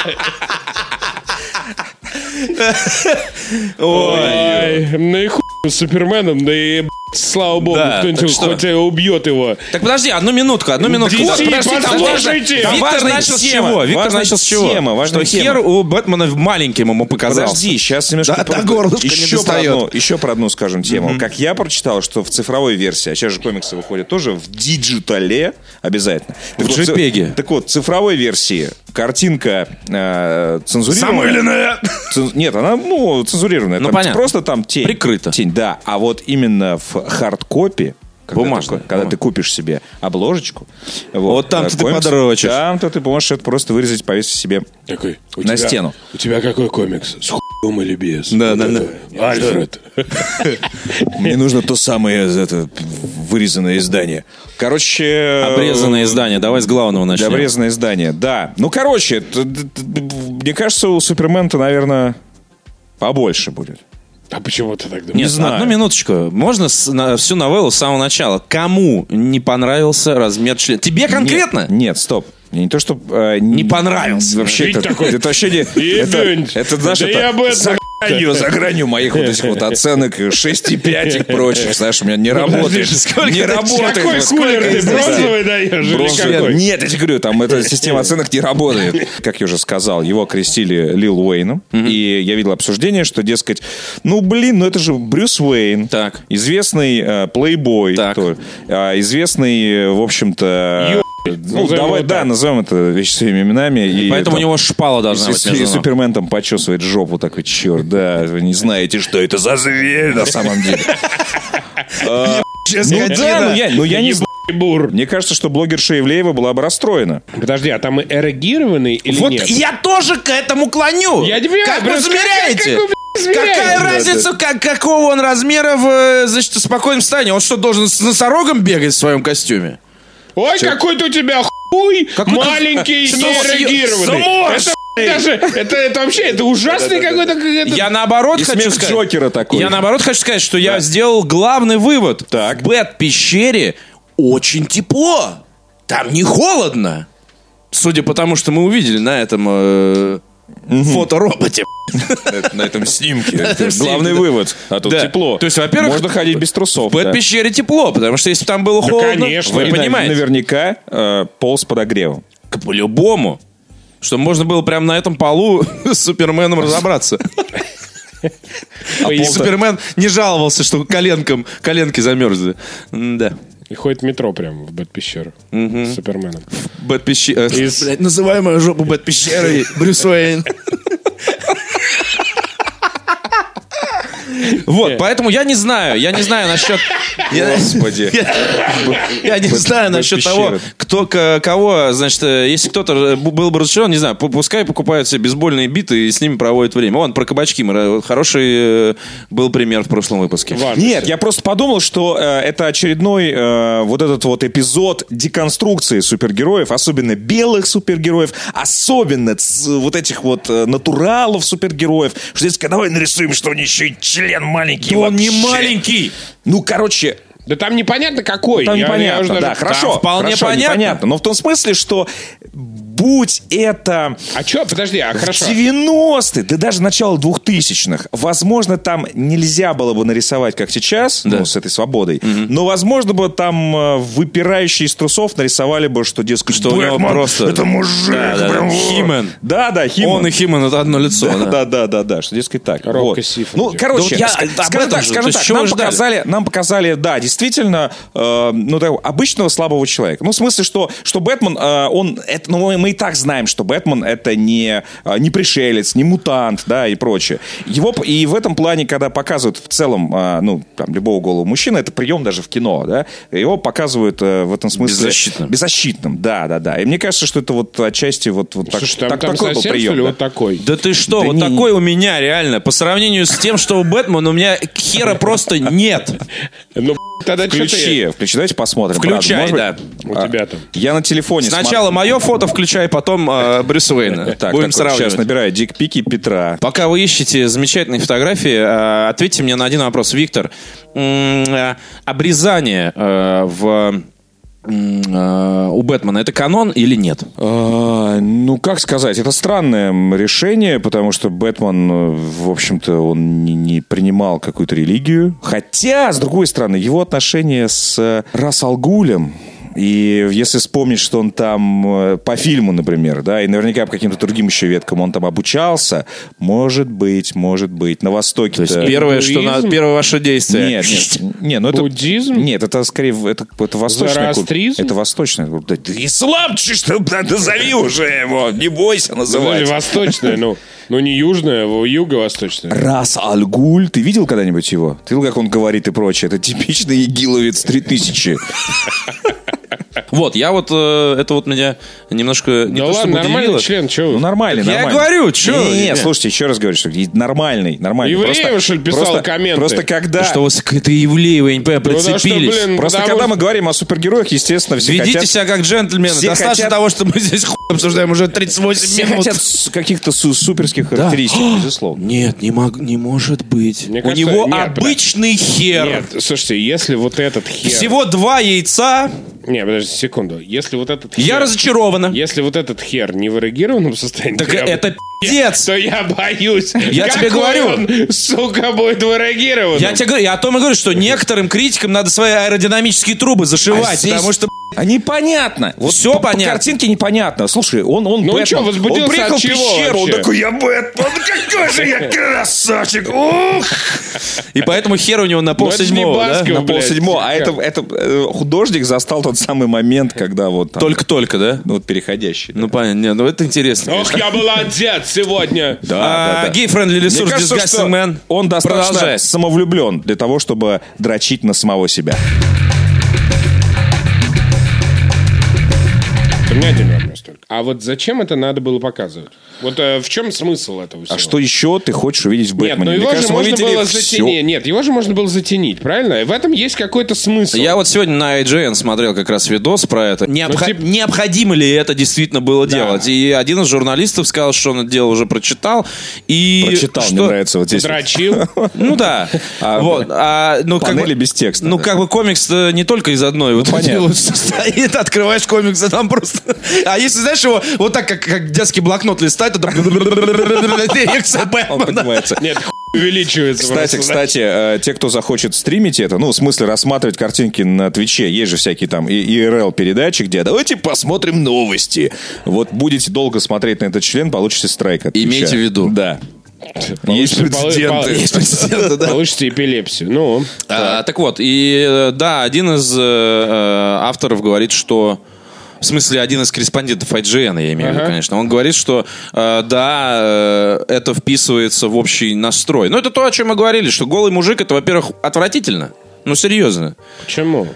Ой, ну и хуй с Суперменом, да и б***ь, слава богу, Да, кто-нибудь так что? хоть убьет его. Так подожди, одну минутку, одну минутку. Ди Си, Подожди, там послушайте. важно- Там Виктор важная начал с тема, чего? Виктор важная начал с чего? тема, важная Что тема. хер у Бэтмена маленьким ему показался. Подожди, сейчас немножко Да, про- до горлышка не еще, про достает. одну, еще про одну, скажем, тему. Как я прочитал, что в цифровой версии, а сейчас же комиксы выходят тоже в диджитале обязательно. Так В вот, ци- JPEG. Так вот, в цифровой версии картинка э, цензурированная. Замыленная. Цен- Нет, она, ну, цензурированная. Ну, Там понятно. просто там тень. Прикрыто. Тень, да. А вот именно в хардкопе, когда, Бумажная. ты, когда ты купишь себе обложечку, вот, там-то э, ты комикс, подрочишь. Там-то ты можешь это просто вырезать, повесить себе Такой, у на тебя- стену. У тебя какой комикс? С хуй ум или без? Да, да, да. Альфред. Мне нужно то самое это, вырезанное издание. Короче... Обрезанное издание. Давай с главного начнем. Обрезанное издание, да. Ну, короче, мне кажется, у Супермена-то, наверное, побольше будет. А почему ты так думаешь? Нет, знаю. Одну минуточку. Можно с, на, всю новеллу с самого начала. Кому не понравился размер члена? Тебе конкретно? Нет, нет, стоп. Мне не то, что... Э, не понравился. Вообще, это, это вообще не... Это, это, знаешь, да это за гранью, за гранью моих вот этих вот оценок шесть и пять и прочих, знаешь, у меня не работает. Не работает. Какой кулер ты, бронзовый даешь или какой? Нет, я тебе говорю, там эта система оценок не работает. Как я уже сказал, его окрестили Лил Уэйном, и я видел обсуждение, что, дескать, ну, блин, ну это же Брюс Уэйн, так. известный э, плейбой, так. то, э, известный, в общем-то... Ну, назовем давай, да, назовем это вещи своими именами. И поэтому там, у него шпала должна и, быть. И Супермен там почесывает жопу, такой, черт, да, вы не знаете, что это за зверь на самом деле. Ну да, ну я не знаю. Мне кажется, что блогерша Ивлеева была бы расстроена. Подожди, а там мы эрегированный или вот нет? Я тоже к этому клоню. Я тебе как вы измеряете? Как, как, Какая разница, как, какого он размера в, значит, спокойном состоянии? Он что, должен с носорогом бегать в своем костюме? Ой, Че? Какой-то у тебя хуй маленький, неэрегированный. Это, даже, это, это вообще, это ужасный какой-то... Это... Я наоборот и хочу сказать... Джокера такой. Я наоборот хочу сказать, что да. я сделал главный вывод. Так. В Бэт-пещере очень тепло. Там не холодно. Судя по тому, что мы увидели на этом... Э- Угу. Фотороботе. На этом снимке. Главный вывод. А тут тепло. То есть, во-первых, можно ходить без трусов. В этой пещере тепло, потому что если бы там было холодно, конечно. Вы понимаете. Наверняка пол с подогревом. По-любому. Чтобы можно было прямо на этом полу с Суперменом разобраться. И Супермен не жаловался, что коленкам коленки замерзли. Да. И ходит в метро прямо в Бэт-пещеру угу. с Суперменом. Бэт-пещера. Из... Блядь, называй мою жопу Бэт-пещерой, Брюс Уэйн. Вот, поэтому я не знаю, я не знаю насчет... Господи. Я не знаю насчет того, кто, кого, значит, если кто-то был бы разочарован, не знаю, пускай покупают себе бейсбольные биты и с ними проводят время. Вон, про кабачки. Хороший был пример в прошлом выпуске. Нет, я просто подумал, что это очередной вот этот вот эпизод деконструкции супергероев, особенно белых супергероев, особенно вот этих вот натуралов супергероев. Что здесь, давай нарисуем, что у них еще и член маленький. Да он не маленький. Ну, короче... Да там непонятно какой. Там непонятно, я, я да, даже... хорошо. Там вполне хорошо, понятно. непонятно. Но в том смысле, что будь это... А что, подожди, а хорошо. В девяностые, да даже начало двухтысячных, возможно, там нельзя было бы нарисовать, как сейчас, да. ну, с этой свободой, mm-hmm. но, возможно, бы там выпирающие из трусов нарисовали бы, что, дескать, что у него просто... это мужик. Да, да, прям... Химен. Да, да, Химен. Он и Химен — это одно лицо. Да, да, да, да, да, что, дескать, так. Вот. Ну, короче, да, я, скажем так, скажем так нам, показали, нам показали, да, действительно, э, ну, так, обычного слабого человека. Ну, в смысле, что, что Бэтмен, э, он, это, ну, мы и так знаем, что Бэтмен — это не, не пришелец, не мутант, да, и прочее. Его, и в этом плане, когда показывают в целом, ну, там, любого голого мужчины, это прием даже в кино, да, его показывают в этом смысле... Беззащитным. Беззащитным, да, да, да. И мне кажется, что это вот отчасти вот, вот так, Слушай, там, так, там такой совсем, был прием. Что ли, да? вот такой? Да ты что, да вот не, такой не. у меня реально. По сравнению с тем, что у Бэтмена, у меня хера просто нет. Ну, тогда включи, включи, давайте посмотрим. Включай, правда. да. У тебя там. Я на телефоне сначала смотрю. мое фото включай, потом э, Брюса Уэйна. Так, будем так, сравнивать. Сейчас набираю дикпики Петра. Пока вы ищете замечательные фотографии, э, ответьте мне на один вопрос. Виктор, э, обрезание э, в... у Бэтмена это канон или нет? А, ну, как сказать, это странное решение, потому что Бэтмен, в общем-то, он не, не принимал какую-то религию. Хотя, с другой стороны, его отношения с Рас аль Гулем, и если вспомнить, что он там по фильму, например, да, и наверняка по каким-то другим еще веткам он там обучался, может быть, может быть, на Востоке. То есть первое, что на, первое ваше действие. Нет, нет, нет, ну это... Буддизм? Нет, это скорее, это, это восточная культура. Это восточная культура. Ислам, что назови уже его, не бойся называть. Ну, восточная, ну, ну не южная, а юго-восточная. Рас аль Гуль, ты видел когда-нибудь его? Ты видел, как он говорит и прочее? Это типичный игиловец три тысячи. Вот, я вот, э, это вот меня немножко не да то, ладно, чтобы нормальный удивило. член, чего? Ну, нормальный, Так я нормальный. говорю, чё? Нет, нет, Нет. слушайте, еще раз говорю, что нормальный, нормальный. Ивлеева, Просто- что ли, писал просто- комменты? Просто когда... Что вы с какой-то Ивлеевой, я не понимаю, Ну, да что, прицепились. блин, Просто потому когда что- мы говорим о супергероях, естественно, все Ведите хотят... себя как джентльмены. все Достаточно хотят- того, что мы здесь хуй обсуждаем уже тридцать восемь Все минут. хотят с- каких-то су- суперских характеристик, безусловно. Нет, не, мог, не может быть. Мне У кажется, него нет, обычный хер. Нет, слушайте, если вот этот хер... Всего два яйца. Не, подожди секунду. Если вот этот хер... Я разочарована. Если вот этот хер не в эрегированном состоянии... Так то я- это пиздец. То я боюсь. Я тебе какой говорю. он, сука, будет в эрегированном. Я тебе говорю, я о том и говорю, что некоторым критикам надо свои аэродинамические трубы зашивать, А здесь- потому что А непонятно. Вот Всё по, по понятно. картинке непонятно. Слушай, он, он Ну, Бэтмен. чё, возбудился Он приехал от в чего пещеру, он вообще? такой, я Бэтмен, какой же я красавчик. Ух! и поэтому хер у него на пол это ж не седьмого, да? Басков. На пол блядь, седьмого. А как? это, это э, художник застал тот самый момент, когда вот там, Только-только, да? ну, вот переходящий. Ну понятно, не, ну это интересно. Ох, я был одет сегодня. Да, А, да, да. Гей-френдли Мне ресурс кажется, Disgusting что Man. он достаточно Продолжай. самовлюблен для того, чтобы дрочить на самого себя. У меня один вопрос только. А вот зачем это надо было показывать? Вот э, в чем смысл этого всего? А что еще ты хочешь увидеть в Нет, Бэтмене? ну Мне его кажется, же мы можно видели было всё. затенить. Нет, его же можно было затенить, правильно? И в этом есть какой-то смысл. Я вот сегодня на ай джи эн смотрел как раз видос про это. Необхо- Ну, типа- Необходимо ли это действительно было Да. делать? И один из журналистов сказал, что он это дело уже прочитал. И Прочитал, что... мне нравится вот здесь. вот. Дрочил. Ну да. А, вот. А, ну, как панели бы- без текста, Ну, да. как бы комикс не только из одной вот понятно. этой вот состоит. Открываешь комикс, а там просто... А если, знаешь, его вот так, как, как детский блокнот листать, то там... Реакция Он Бэтмена. поднимается. Нет, хуй увеличивается. Кстати, просто, кстати, э, те, кто захочет стримить это, ну, в смысле рассматривать картинки на Твиче, есть же всякие там и ай эр эл-передачи, где давайте посмотрим новости. Вот будете долго смотреть на этот член, получите страйк от Твича. Имейте в виду. Да. Получите- Есть прецеденты. пол- Есть прецеденты, да. Получите эпилепсию. Ну, А, так вот, и э, да, один из э, э, авторов говорит, что... В смысле, один из корреспондентов ай джи эн, я имею в виду, Ага. конечно. Он говорит, что э, да, э, это вписывается в общий настрой. Но это то, о чем мы говорили, что голый мужик, это, во-первых, отвратительно. Ну, серьезно. почему?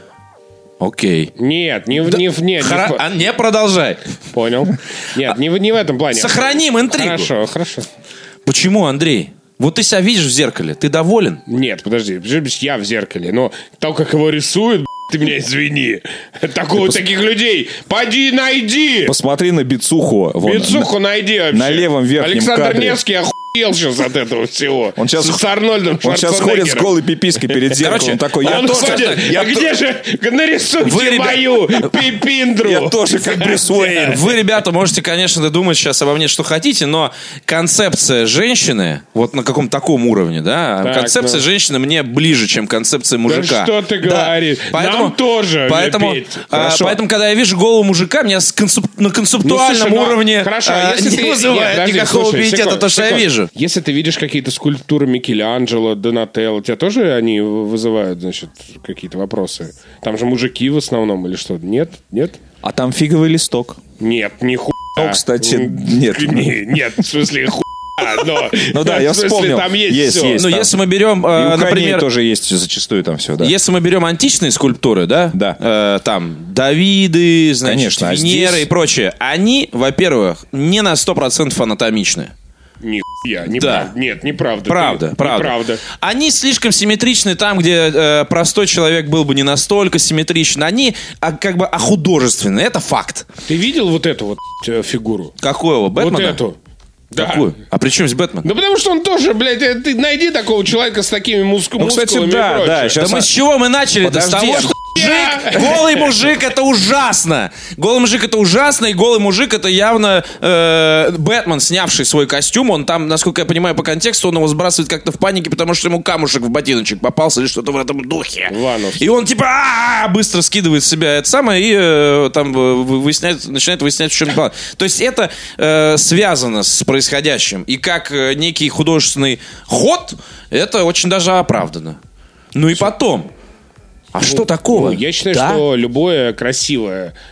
Окей. Нет, не в... Не, в- нет, не Хора- в- а не продолжай. Понял. Нет, не, в- не в этом плане. Сохраним интригу. Хорошо, хорошо. Почему, Андрей? Вот ты себя видишь в зеркале, ты доволен? Нет, подожди, подожди, я в зеркале, но то, как его рисуют, б***ь, ты меня извини. Такого, таких людей, поди найди. Посмотри на бицуху. вон, Бицуху найди вообще. на левом верхнем Александр кадре. Невский охуел сейчас от этого всего. Он сейчас- с, с Арнольдом Он сейчас ходит с Шварценеггером. голой пипиской перед зеркалом. Короче, такой, я Он тоже, ходит, я а где же, нарисуйте Вы, ребят- мою пипиндру. я тоже как Брюс Уэйн. Вы, ребята, можете, конечно, думать сейчас обо мне, что хотите, но концепция женщины, вот на каком таком уровне, да, Так, концепция ну. женщины мне ближе, чем концепция мужика. что ты Да. говоришь? Поэтому, Нам тоже, Поэтому, Петь. а, Хорошо. поэтому, когда я вижу голого мужика, меня с концеп- на Ну, концептуальном слушай, ну, уровне хорошо, а, если не ты- вызывает нет, подожди, никакого слушай, пиетета секунду, то, что я секунду. вижу. Если ты видишь какие-то скульптуры Микеланджело, Донателло, тебя тоже они вызывают, значит, какие-то вопросы? Там же мужики в основном или что? Нет? Нет? А там фиговый листок. Нет, не хуй. Ну, кстати, нет. Нет, в смысле хуй. Но, Ну да, я в смысле, вспомнил. там есть, Есть, все. есть. Ну, там. если мы берем, И э, у коней например, тоже есть зачастую там все, да. если мы берем античные скульптуры, да, Да. э, там Давиды, значит, Конечно, а Венеры здесь- и прочее, они, во-первых, не на сто процентов анатомичны. Нихуя, Да. неправда. Нет, неправда. Правда, Ты- правда. Неправда. Они слишком симметричны там, где э, простой человек был бы не настолько симметричен. Они а, как бы ахудожественны, это факт. Ты видел вот эту вот э, фигуру? Какого, Бэтмена? Вот эту. Да. Какую? А при чем здесь Бэтмен? Ну, потому что он тоже, блядь, э, ты найди такого человека с такими муск- Ну, кстати, мускулами да, и прочее. да, Да сейчас мы с чего мы начали? Да с Подожди, того, а что Я- мужик, голый мужик это ужасно. Голый мужик это ужасно, и голый мужик это явно э, Бэтмен, снявший свой костюм. Он там, насколько я понимаю по контексту, он его сбрасывает как-то в панике, потому что ему камушек в ботиночек попался или что-то в этом духе. Иванов. И он типа «А-а-а», быстро скидывает с себя это самое и э, там э, выясняет, начинает выяснять, в чем дело. То есть это э, связано с происходящим. И как э, некий художественный ход, это очень даже оправдано. Ну и потом. А что такого? Ну, я считаю, Да? что любое красивое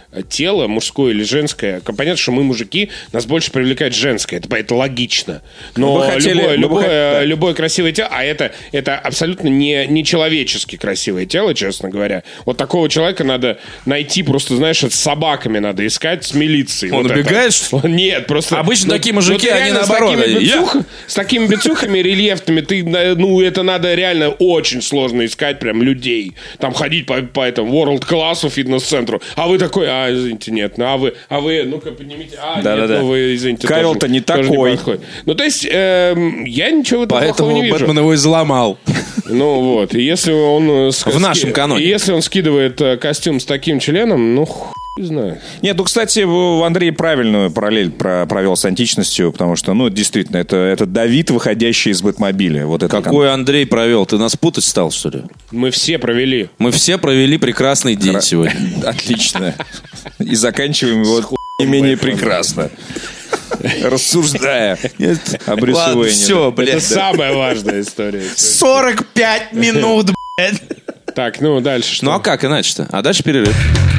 тело, мужское или женское. Понятно, что мы мужики, нас больше привлекает женское. Это, это логично. Но хотели, любое, любое, хотели, да. любое красивое тело, а это, это абсолютно не, не человечески красивое тело, честно говоря. Вот такого человека надо найти просто, знаешь, с собаками надо искать, с милицией. Он вот убегает? Нет, просто... Обычно ну, такие мужики, ну, они наоборот. С такими, бицух, я... с такими бицухами, рельефными, ты, ну, это надо реально очень сложно искать прям людей. Там ходить по, по этому world-классу фитнес-центру. А вы такой, а, извините, нет. Ну, а вы, а вы, ну-ка, поднимите. А, да, нет, да, ну, да. вы, извините, Кайл-то тоже, не тоже такой. Не ну, то есть, э, я ничего в этом Поэтому плохого не вижу. Бэтмен его изломал. Ну, вот. И если он... В нашем каноне. Если он скидывает костюм с таким членом, ну, хуй знаю. Нет, ну, кстати, Андрей правильную параллель провел с античностью, потому что, ну, действительно, это, это Давид, выходящий из Бэтмобиля. Вот это Какой кон... Андрей провел? Ты нас путать стал, что ли? Мы все провели. Мы все провели прекрасный день Хра... сегодня. Отлично. И заканчиваем его не менее прекрасно. Рассуждая о Брюсе Уэйне. Все, блядь. Это самая важная история. сорок пять минут, блядь. Так, ну, дальше что? Ну, а как иначе-то? А дальше перерыв.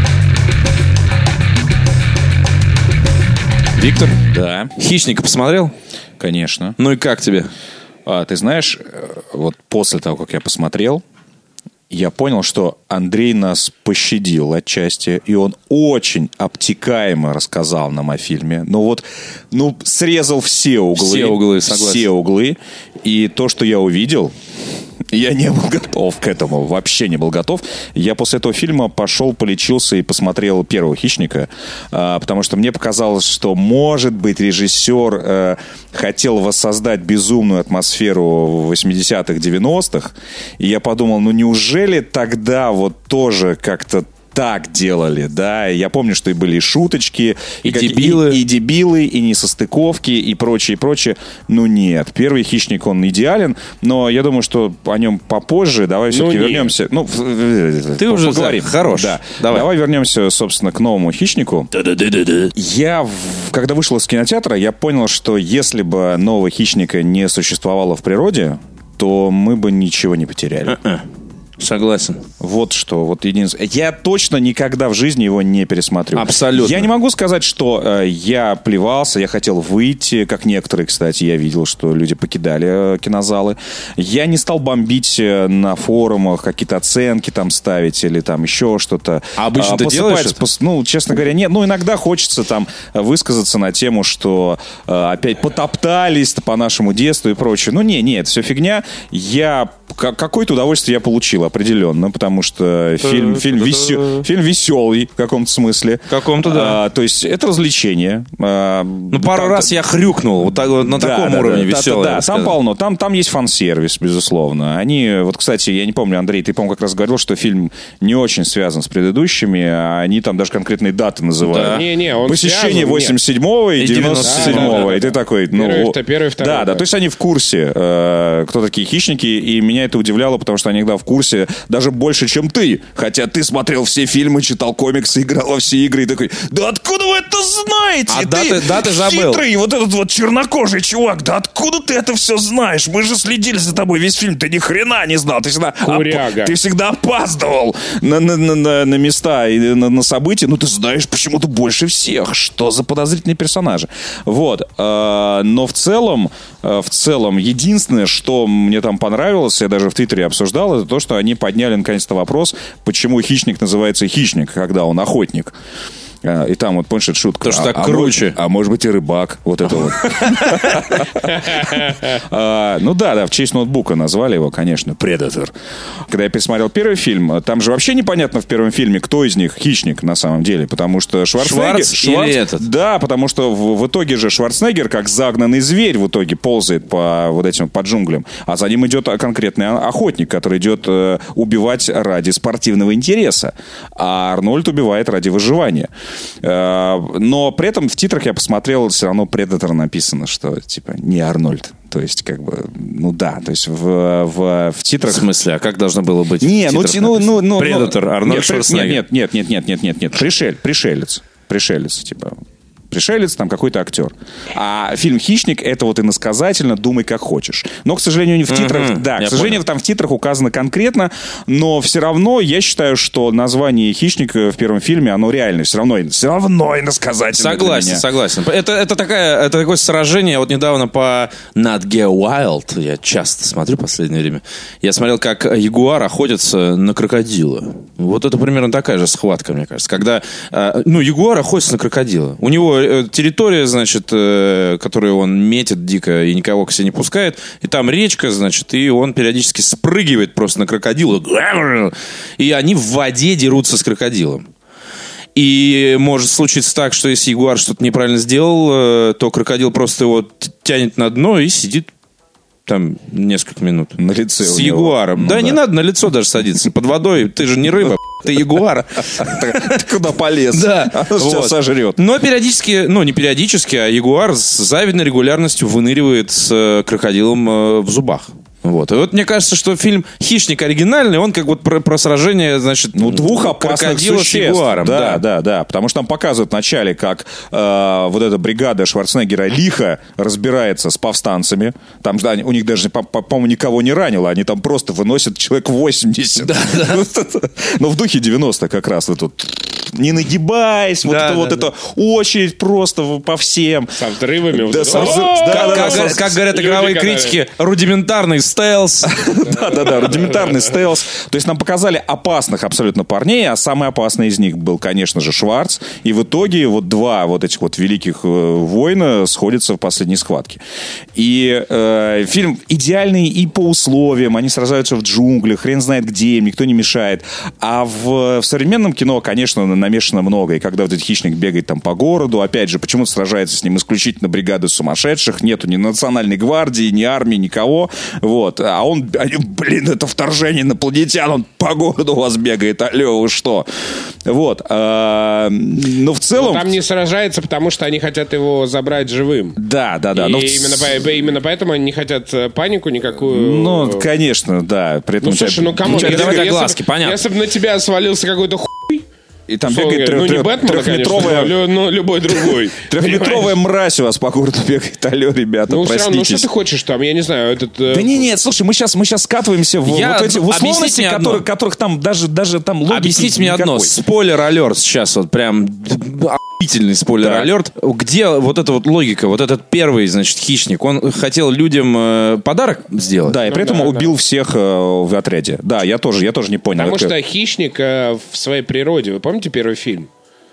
Виктор? Да. «Хищника» посмотрел? Конечно. Ну и как тебе? А, ты знаешь, вот после того, как я посмотрел, я понял, что Андрей нас пощадил отчасти, и он очень обтекаемо рассказал нам о фильме. Ну вот, ну, срезал все углы. Все углы, согласен. Все углы. И то, что я увидел... Я не был готов к этому, вообще не был готов. Я после этого фильма пошел, полечился и посмотрел первого «Хищника», потому что мне показалось, что, может быть, режиссер хотел воссоздать безумную атмосферу восьмидесятых, девяностых, и я подумал, ну неужели тогда вот тоже как-то так делали, да, я помню, что и были и шуточки, и, и дебилы, и, и дебилы, и несостыковки, и прочее, и прочее. Ну нет, первый «Хищник», он идеален, но я думаю, что о нем попозже. Давай все-таки ну, вернемся. Ну, ты уже поговорим. Хорош. Да. Давай. Давай вернемся, собственно, к новому «Хищнику». Да-да-да-да-да. Я, когда вышел из кинотеатра, я понял, что если бы нового «Хищника» не существовало в природе, то мы бы ничего не потеряли. Uh-uh. Согласен. Вот что, вот единственное. Я точно никогда в жизни его не пересмотрю. Абсолютно. Я не могу сказать, что э, я плевался, я хотел выйти, как некоторые, кстати, я видел, что люди покидали э, кинозалы. Я не стал бомбить э, на форумах, какие-то оценки там ставить или там еще что-то. А обычно а, ты делаешь это? Пос, ну, честно говоря, нет. Ну, иногда хочется там высказаться на тему, что э, опять потоптались по нашему детству и прочее. Ну, не, не, это все фигня. Я... Какое-то удовольствие я получил определенно, потому что фильм, фильм, весел, фильм веселый в каком-то смысле. В каком-то, да. А, то есть это развлечение. А, ну, пару там, раз я хрюкнул вот так, вот, на да, таком да, уровне да, веселый. Да, да, там полно. Там, там есть фан-сервис, безусловно. Они, вот, кстати, я не помню, Андрей, ты, по-моему, как раз говорил, что фильм не очень связан с предыдущими, а они там даже конкретные даты называют. Да. Не, не, он Посещение восемьдесят седьмого и девяносто седьмого. Да, да, да, и ты такой, ну... Первый, первый, второй. Да, да, да, то есть они в курсе, э, кто такие «Хищники», и меня это удивляло, потому что они иногда в курсе даже больше, чем ты. Хотя ты смотрел все фильмы, читал комиксы, играл во все игры и такой, да откуда вы это знаете? А ты даты, даты забыл. Хитрый, вот этот вот чернокожий чувак, да откуда ты это все знаешь? Мы же следили за тобой весь фильм, ты ни хрена не знал. Ты всегда, оп- ты всегда опаздывал на, на, на, на места и на, на события, но ты знаешь почему-то больше всех. Что за подозрительные персонажи? Вот. Но в целом, в целом, единственное, что мне там понравилось, я даже в Твиттере обсуждал, это то, что они подняли наконец-то вопрос, почему «Хищник» называется «хищник», когда он охотник. И там вот, помнишь, эта шутка. Потому что а, так а круче. Может, а может быть и рыбак. Вот это вот. Ну да, да, в честь ноутбука назвали его, конечно, «Предатор». Когда я пересмотрел первый фильм, там же вообще непонятно в первом фильме, кто из них хищник на самом деле. Потому что Шварценеггер... Шварц или этот? Да, потому что в итоге же Шварценеггер, как загнанный зверь, в итоге ползает по вот этим по джунглям. А за ним идет конкретный охотник, который идет убивать ради спортивного интереса. А Арнольд убивает ради выживания. Но при этом в титрах я посмотрел, все равно «Предатор» написано, что типа не Арнольд. То есть, как бы, ну да, то есть в, в, в титрах... В смысле, а как должно было быть? Не, ну, ну, ну, ну, «Предатор», Арнольд нет, Шварценеггер. Нет, нет, нет, нет, нет, нет, нет, пришель, пришелец, пришелец, типа... пришелец, там какой-то актер. А фильм «Хищник» — это вот иносказательно «думай как хочешь». Но, к сожалению, в титрах, mm-hmm. да, к сожалению, понял. Там в титрах указано конкретно, но все равно я считаю, что название «Хищник» в первом фильме, оно реально все равно, все равно иносказательно. Согласен, согласен. Это, это, такая, это такое сражение. Вот недавно по Nat Geo Wild, я часто смотрю в последнее время, я смотрел, как ягуар охотится на крокодила. Вот это примерно такая же схватка, мне кажется. Когда, ну, ягуар охотится на крокодила. У него территория, значит, которую он метит дико и никого к себе не пускает, и там речка, значит, и он периодически спрыгивает просто на крокодила, и они в воде дерутся с крокодилом. И может случиться так, что если ягуар что-то неправильно сделал, то крокодил просто его тянет на дно и сидит там несколько минут. На лице с ягуаром. Ну, да, да, не надо на лицо даже садиться. Под водой ты же не рыба, ты ягуар. Ты куда полез? Да. Он сейчас сожрет. Но периодически, ну не периодически, а ягуар с завидной регулярностью выныривает с крокодилом в зубах. Вот. И вот мне кажется, что фильм «Хищник» оригинальный, он как вот про, про сражение, значит, ну, двух опасных существ. С ягуаром. Да, да, да, да. Потому что там показывают вначале, как э, вот эта бригада Шварценеггера лихо разбирается с повстанцами. Там, да, у них даже, по- по- по-моему, никого не ранило. Они там просто выносят человек восемьдесят. Да, да. Но в духе девяностых как раз вот тут. Не нагибаясь, вот, да, это, да, вот да. это очередь просто по всем. Со взрывами. Да, со взрыв... да, как, да, как, да, как, как говорят игровые критики, рудиментарный стелс. Да-да-да, рудиментарный стелс. То есть нам показали опасных абсолютно парней, а самый опасный из них был, конечно же, Шварц. И в итоге вот два вот этих вот великих воина сходятся в последней схватке. И э, фильм идеальный и по условиям. Они сражаются в джунглях, хрен знает где, им никто не мешает. А в, в современном кино, конечно, намешано много. И когда вот этот хищник бегает там по городу, опять же, почему-то сражается с ним исключительно бригады сумасшедших. Нету ни национальной гвардии, ни армии, никого. Вот. А он, блин, это вторжение инопланетян, он по городу у вас бегает, алло, вы что? Вот. А, но в целом... Но там не сражается, потому что они хотят его забрать живым. Да, да, да. И но именно, в... именно поэтому они не хотят панику никакую. Ну, конечно, да. При этом ну, слушай, ну, кому? Если, если, глазки, понятно. Если бы на тебя свалился какой-то хуй, и там бегает трех, ну, трех, Бэтмена, трехметровая... конечно, но любой другой. Трехметровая мразь у вас по городу бегает. Алло, ребята, ну, проститесь. Ну, что ты хочешь там, я не знаю, этот... Да не, нет, слушай, мы сейчас, мы сейчас скатываемся в, я... вот эти, в условности, которые, которых там даже, даже там логики объясните мне никакой. одно, спойлер-алерт сейчас вот прям... охуительный спойлер-алерт. Где вот эта вот логика, вот этот первый, значит, хищник, он хотел людям э, подарок сделать? Да, и ну, при этом да, убил да. всех э, в отряде. Да, я тоже, я тоже не понял. Потому это... что хищник э, в своей природе, вы помните первый фильм?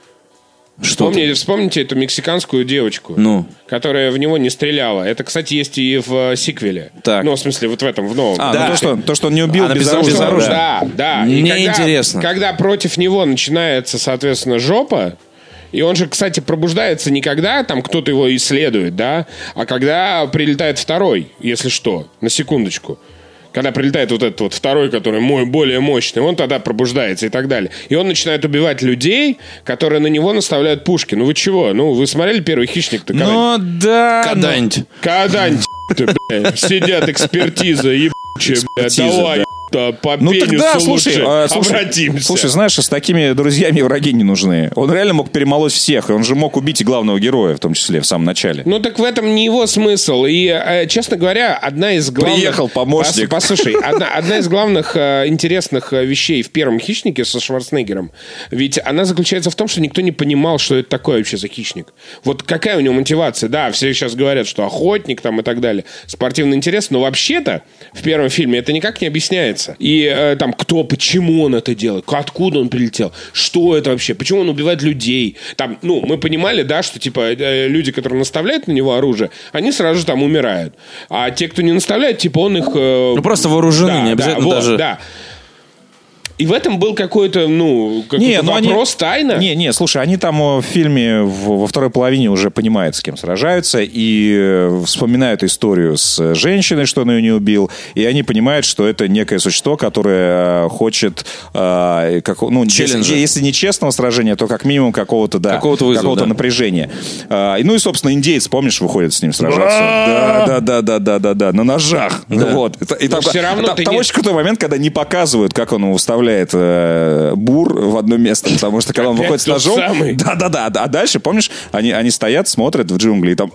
Что Вспомните, вспомните эту мексиканскую девочку, ну. которая в него не стреляла. Это, кстати, есть и в сиквеле. Так. Ну, в смысле, вот в этом, в новом. А, да. ну, то, что, то, что он не убил Она без, без оружия. оружия. Да, да. Мне и когда, интересно. Когда против него начинается, соответственно, жопа, и он же, кстати, пробуждается не когда там кто-то его исследует, да, а когда прилетает второй, если что, на секундочку. Когда прилетает вот этот вот второй, который мой более мощный, он тогда пробуждается и так далее. И он начинает убивать людей, которые на него наставляют пушки. Ну вы чего? Ну вы смотрели «Первый хищник»-то? Ну да. Когда-нибудь. Когда-нибудь, бля, сидят экспертиза, ебучая, бля, давай, да, по ну пенису тогда, лучше слушай, а, слушай, обратимся. Слушай, знаешь, с такими друзьями враги не нужны. Он реально мог перемолоть всех, и он же мог убить и главного героя, в том числе, в самом начале. Ну так в этом не его смысл. И, э, честно говоря, одна из главных... Приехал помощник. Пос, послушай, одна, одна из главных э, интересных вещей в первом «Хищнике» со Шварценеггером, ведь она заключается в том, что никто не понимал, что это такое вообще за хищник. Вот какая у него мотивация? Да, все сейчас говорят, что охотник там и так далее, спортивный интерес, но вообще-то в первом фильме это никак не объясняется. И э, там кто, почему он это делает, откуда он прилетел, что это вообще, почему он убивает людей. Там, ну, мы понимали, да, что типа э, люди, которые наставляют на него оружие, они сразу же там умирают. А те, кто не наставляет, типа он их... Э, ну, просто вооружены, да, не обязательно да, даже... Вот, да. И в этом был какой-то, ну, какой-то не, ну вопрос, они, тайна. Не, не, слушай, они там в фильме в, во второй половине уже понимают, с кем сражаются, и вспоминают историю с женщиной, что он ее не убил, и они понимают, что это некое существо, которое хочет, э, как, ну, если, если не честного сражения, то как минимум какого-то, да, какого-то, вызова, какого-то да. напряжения. Э, ну и, собственно, индеец, помнишь, выходит с ним сражаться. Да, да, да, да, да, да, да, на ножах. Вот. И там очень крутой момент, когда не показывают, как он его вставляет отправляет э, Бур в одно место, потому что когда он выходит с ножом... Да-да-да, а дальше, помнишь, они, они стоят, смотрят в джунгли и там...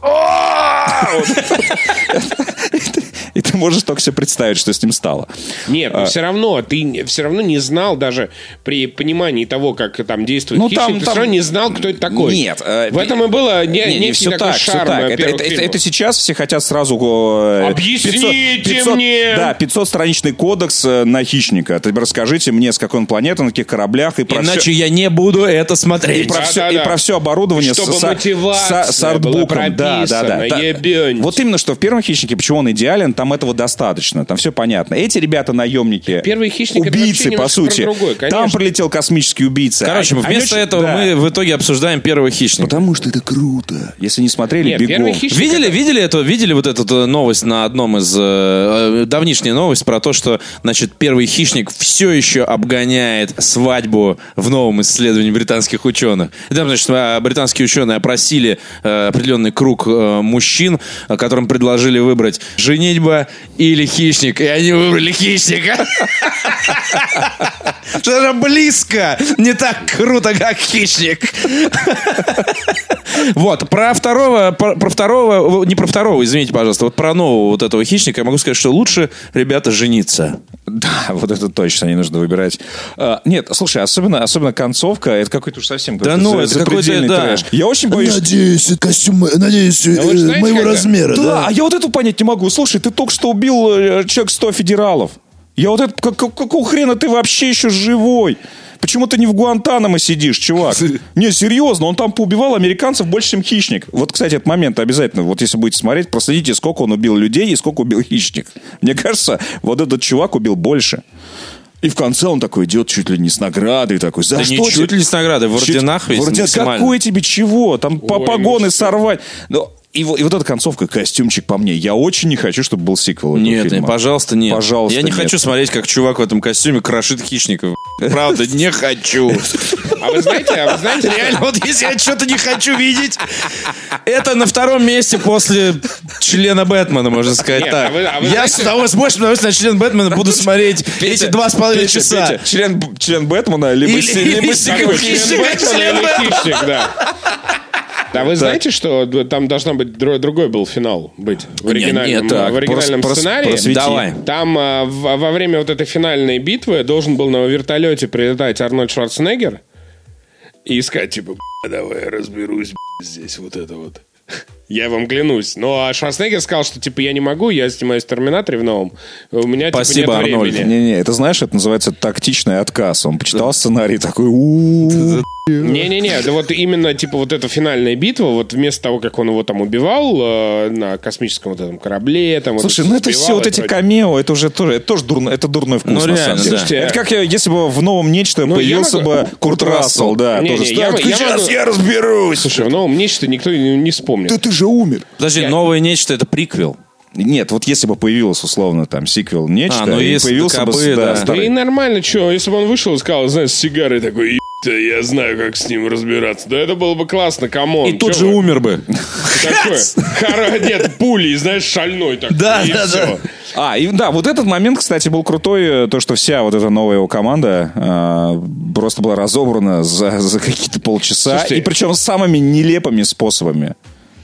И ты можешь только себе представить, что с ним стало. Нет, но а, все равно, ты все равно не знал, даже при понимании того, как там действует ну, хищник, там, ты там... все равно не знал, кто это такой. Нет. В этом и было не, не, не все такой так, шарм. Так. Это, это, это, это сейчас все хотят сразу... Объясните пятьсот, пятьсот, мне! Да, пятисотстраничный кодекс на хищника. Ты расскажите мне, с какой он планеты, на каких кораблях. И про Иначе все... я не буду это смотреть. И про, да, все, да, и да. про все оборудование чтобы с, мотивация с, с артбуком. Да, да, да. Вот именно, что в первом хищнике, почему он идеален, там этого достаточно. Там все понятно. Эти ребята наемники, первый хищник, убийцы, по сути. Другой, там прилетел космический убийца. Короче, а, вместо они... этого да. мы в итоге обсуждаем первого хищника. Потому что это круто. Если не смотрели, Нет, бегом. Видели, это... видели, эту, видели вот эту новость на одном из... Э, давнишняя новость про то, что, значит, первый хищник все еще обгоняет свадьбу в новом исследовании британских ученых. И там, значит, британские ученые опросили э, определенный круг э, мужчин, которым предложили выбрать женитьба или хищник. И они выбрали хищника. Что же близко. Не так круто, как хищник. Вот, про второго, про, про второго, не про второго, извините, пожалуйста, вот про нового вот этого хищника я могу сказать, что лучше, ребята, жениться. Да, вот это точно, не нужно выбирать. А, нет, слушай, особенно, особенно концовка, это какой-то уж совсем да ну, это какой-то, да. трэш. Я очень боюсь... Надеюсь, это костюм, надеюсь, а вы знаете, моего когда? размера, да. да. А я вот это понять не могу. Слушай, ты только что убил человек сто федералов. Я вот это... Как, какого хрена ты вообще еще живой? Почему ты не в Гуантанамо сидишь, чувак? Не, серьезно, он там поубивал американцев больше, чем хищник. Вот, кстати, этот момент обязательно, вот если будете смотреть, проследите, сколько он убил людей и сколько убил хищник. Мне кажется, вот этот чувак убил больше. И в конце он такой идет чуть ли не с наградой. Такой, за да что не чуть ли с наградой, в орденах ведь максимально. Какое тебе чего? Там по погоны сорвать. Но... И, и вот эта концовка, костюмчик по мне. Я очень не хочу, чтобы был сиквел. Нет, нет, пожалуйста, нет. Пожалуйста, я не нет. хочу смотреть, как чувак в этом костюме крошит хищников. Правда, не хочу. А вы знаете, а вы знаете, реально, вот если я что-то не хочу видеть, это на втором месте после члена Бэтмена, можно сказать так. Я с того с большим удовольствием на член Бэтмена буду смотреть эти два с половиной часа. Член Бэтмена, либо сиквел. Член Бэтмена или хищник, да. А вы знаете, что там должна быть другой был финал быть в оригинальном, нет, так, в оригинальном прос, сценарии? Просвети. Давай. Там а, в, во время вот этой финальной битвы должен был на вертолете прилетать Арнольд Шварценеггер и сказать, типа, давай я разберусь здесь, вот это вот. Я вам клянусь. Но а Шварценеггер сказал, что типа я не могу, я снимаюсь в «Терминаторе» в новом. У меня Спасибо, типа, нет Арнольд. времени. Не-не, это знаешь, это называется тактичный отказ. Он почитал сценарий такой... У-у-у. Не-не-не, да вот именно типа вот эта финальная битва, вот вместо того, как он его там убивал э, на космическом вот этом корабле, там... Слушай, вот ну это все вот эти вроде... камео, это уже тоже, это тоже дурно, это дурной вкус, ну, на реально, самом деле. да. Это как если бы в новом нечто ну, появился могу... бы Курт Рассел, да, не, тоже не, я, я, сейчас я, могу... я разберусь. Слушай, в новом нечто никто не, не вспомнит. Да ты же умер. Подожди, я... новое нечто — это приквел. Нет, вот если бы появился, условно, там, сиквел нечто, а, ну, и появился бы... Да, да. да и нормально, что, если бы он вышел и сказал, знаешь, с сигарой такой, я знаю, как с ним разбираться. Да это было бы классно, камон. И тут же вы? умер бы. Такой, нет, пулей, знаешь, шальной такой. Да, да, да. А, и да, вот этот момент, кстати, был крутой, то, что вся вот эта новая его команда э, просто была разобрана за, за какие-то полчаса. Слушайте, и причем самыми нелепыми способами.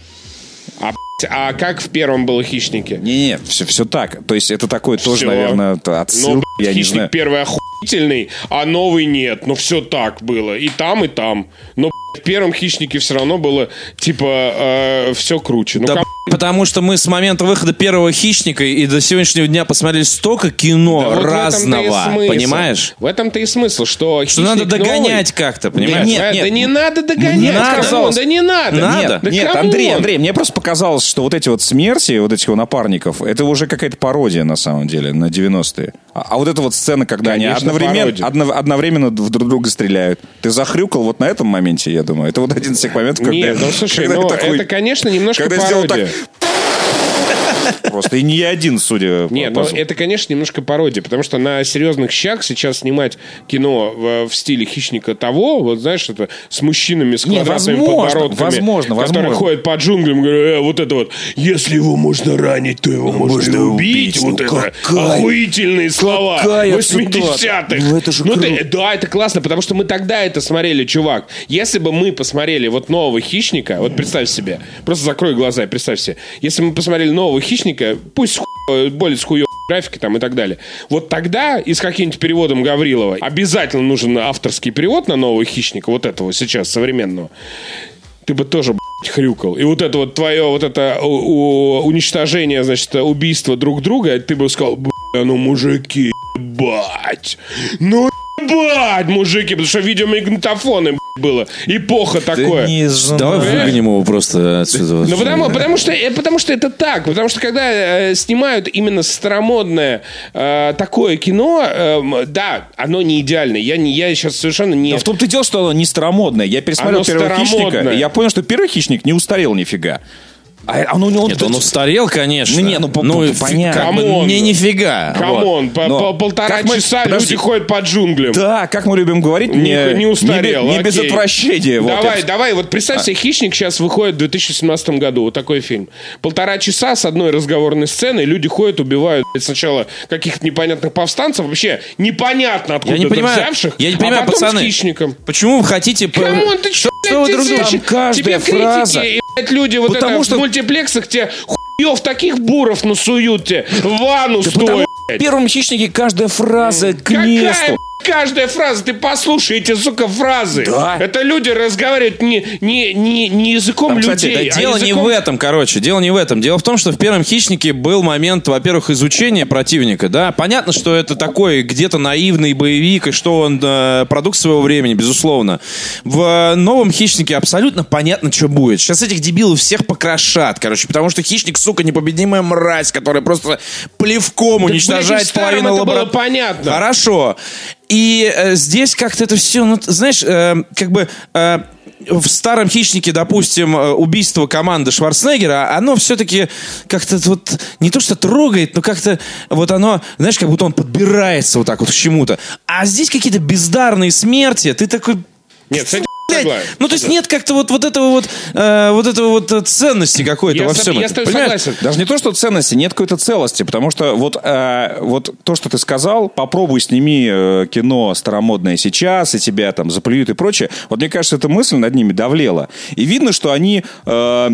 А, а как в первом было «Хищнике»? Не-не, все, все так. То есть это такой все. тоже, наверное, отсыл. Ну, я «Хищник» не знаю. первый охуительный, а новый нет. Но все так было. И там, и там. Но в первом «Хищнике» все равно было, типа, э, все круче. Ну, да, ком... потому что мы с момента выхода первого «Хищника» и до сегодняшнего дня посмотрели столько кино да, вот разного, в понимаешь? В этом-то и смысл, что Что надо догонять новый... как-то, понимаешь? Нет, нет, нет. Да не надо догонять, не надо. Камон, да не надо. Надо. Нет, да нет Андрей, Андрей, мне просто показалось, что вот эти вот смерти, вот этих его напарников, это уже какая-то пародия на самом деле, на девяностые. А, а вот эта вот сцена, когда Конечно, они одновременно, одно, одновременно друг друга стреляют. Ты захрюкал вот на этом моменте, я думаю. Это вот один из тех моментов, когда... Нет, ну слушай, ну, такой, это, конечно, немножко пародия. просто. И не один, судя по... Нет, ну это, конечно, немножко пародия, потому что на серьезных щах сейчас снимать кино в, в стиле «Хищника» того, вот знаешь, это с мужчинами с квадратными Не, возможно, подбородками, возможно, которые возможно. ходят по джунглям и говорят, э, вот это вот, если его можно ранить, то его можно, можно убить. убить. Вот Ну, это какая- охуительные слова какая восьмидесятых. Ну, это же Ну, круто. ты- да, это классно, потому что мы тогда это смотрели, чувак. Если бы мы посмотрели вот нового «Хищника», вот представь себе, просто закрой глаза и представь себе, если мы посмотрели нового «Хищника», пусть с ху... более с хуё графикой там и так далее, вот тогда и с каким-нибудь переводом Гаврилова обязательно нужен авторский перевод на нового «Хищника», вот этого сейчас, современного, ты бы тоже, блядь, хрюкал. И вот это вот твое вот это у, у, уничтожение, значит, убийство друг друга, ты бы сказал, блядь, ну мужики, ебать, ну ебать, мужики, потому что видеомагнитофоны, блядь, было, эпоха такое. Давай выгоним его просто отсюда. Ну, потому, потому, что, э, потому что это так. Потому что когда э, снимают именно старомодное э, такое кино, э, да, оно не идеальное. Я, не, я сейчас совершенно не... Но в том-то и дело, что оно не старомодное. Я пересмотрел Оно первого старомодное. «Хищника», и я понял, что первый «Хищник» не устарел нифига. А оно у него... Нет, он устарел, конечно. Ну, не, ну, по- по- фи- понятно. как бы Камон. не нифига. Камон, по, Но по полтора как мы- часа подожди. люди ходят по джунглям. Да, как мы любим говорить, Не, не, не устарел. не, не без окей. отвращения. Вот Давай, это. давай, вот представь себе, «Хищник» сейчас выходит в две тысячи семнадцатом году. Вот такой фильм. Полтора часа с одной разговорной сценой люди ходят, убивают блядь, сначала каких-то непонятных повстанцев, вообще непонятно откуда Я не понимаю, взявших, я не понимаю, а потом пацаны, с «Хищником». Почему вы хотите... по- Камон, ты что, Что вы друг другу... Там каждая тебе фраза. критики, и, блядь, люди вот Потому это что- в мультиплексах тебе хуев таких буров насуют тебе, в ванну Потому стоит. в первом «Хищнике» каждая фраза к Какая, месту. блядь, каждая фраза? Ты послушай эти, сука, фразы. Да. Это люди разговаривают не, не, не, не языком Там, кстати, людей, да, а дело не языком... в этом, короче, дело не в этом. Дело в том, что в первом «Хищнике» был момент, во-первых, изучения противника, да. Понятно, что это такой где-то наивный боевик, и что он э, продукт своего времени, безусловно. В новом «Хищнике» абсолютно понятно, что будет. Сейчас этих дебилов всех покрошат, короче, потому что «Хищник», сука, непобедимая мразь, которая просто плевком Так, уничтожает блядь, и в старом половину это было лаборатории. понятно. Хорошо. И э, здесь как-то это все, ну, ты знаешь, э, как бы... э, в старом «Хищнике», допустим, э, убийство команды Шварценеггера, оно все-таки как-то вот не то что трогает, но как-то вот оно, знаешь, как будто он подбирается вот так вот к чему-то. А здесь какие-то бездарные смерти. Ты такой... Нет, с этим Блядь, согласен. ну, то есть нет как-то вот, вот этого вот, э, вот этого вот э, ценности какой-то Я во с- всем я этом. с тобой Понимаешь? согласен. Даже не то, что ценности, нет какой-то целости, потому что вот, э, вот то, что ты сказал, попробуй сними э, кино старомодное сейчас, и тебя там заплюют и прочее. Вот мне кажется, эта мысль над ними давлела. И видно, что они... э,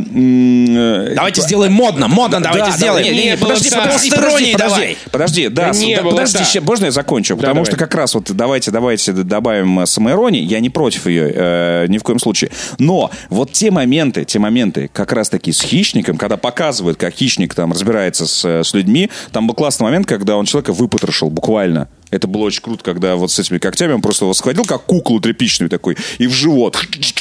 м, э, Давайте сделаем модно, модно давайте да, сделаем. да, не, не, Не было подожди, так. подожди, С иронией подожди, давай. подожди, да, Да с- не да, было подожди, так. ща- можно я закончу? Да, Потому давай. что как раз вот давайте, давайте добавим э, самоиронии. Я не против ее, э, ни в коем случае. Но вот те моменты, те моменты как раз-таки с «Хищником», когда показывают, как хищник там разбирается с, с людьми, там был классный момент, когда он человека выпотрошил буквально. Это было очень круто, когда вот с этими когтями он просто его схватил, как куклу тряпичную такой, и в живот.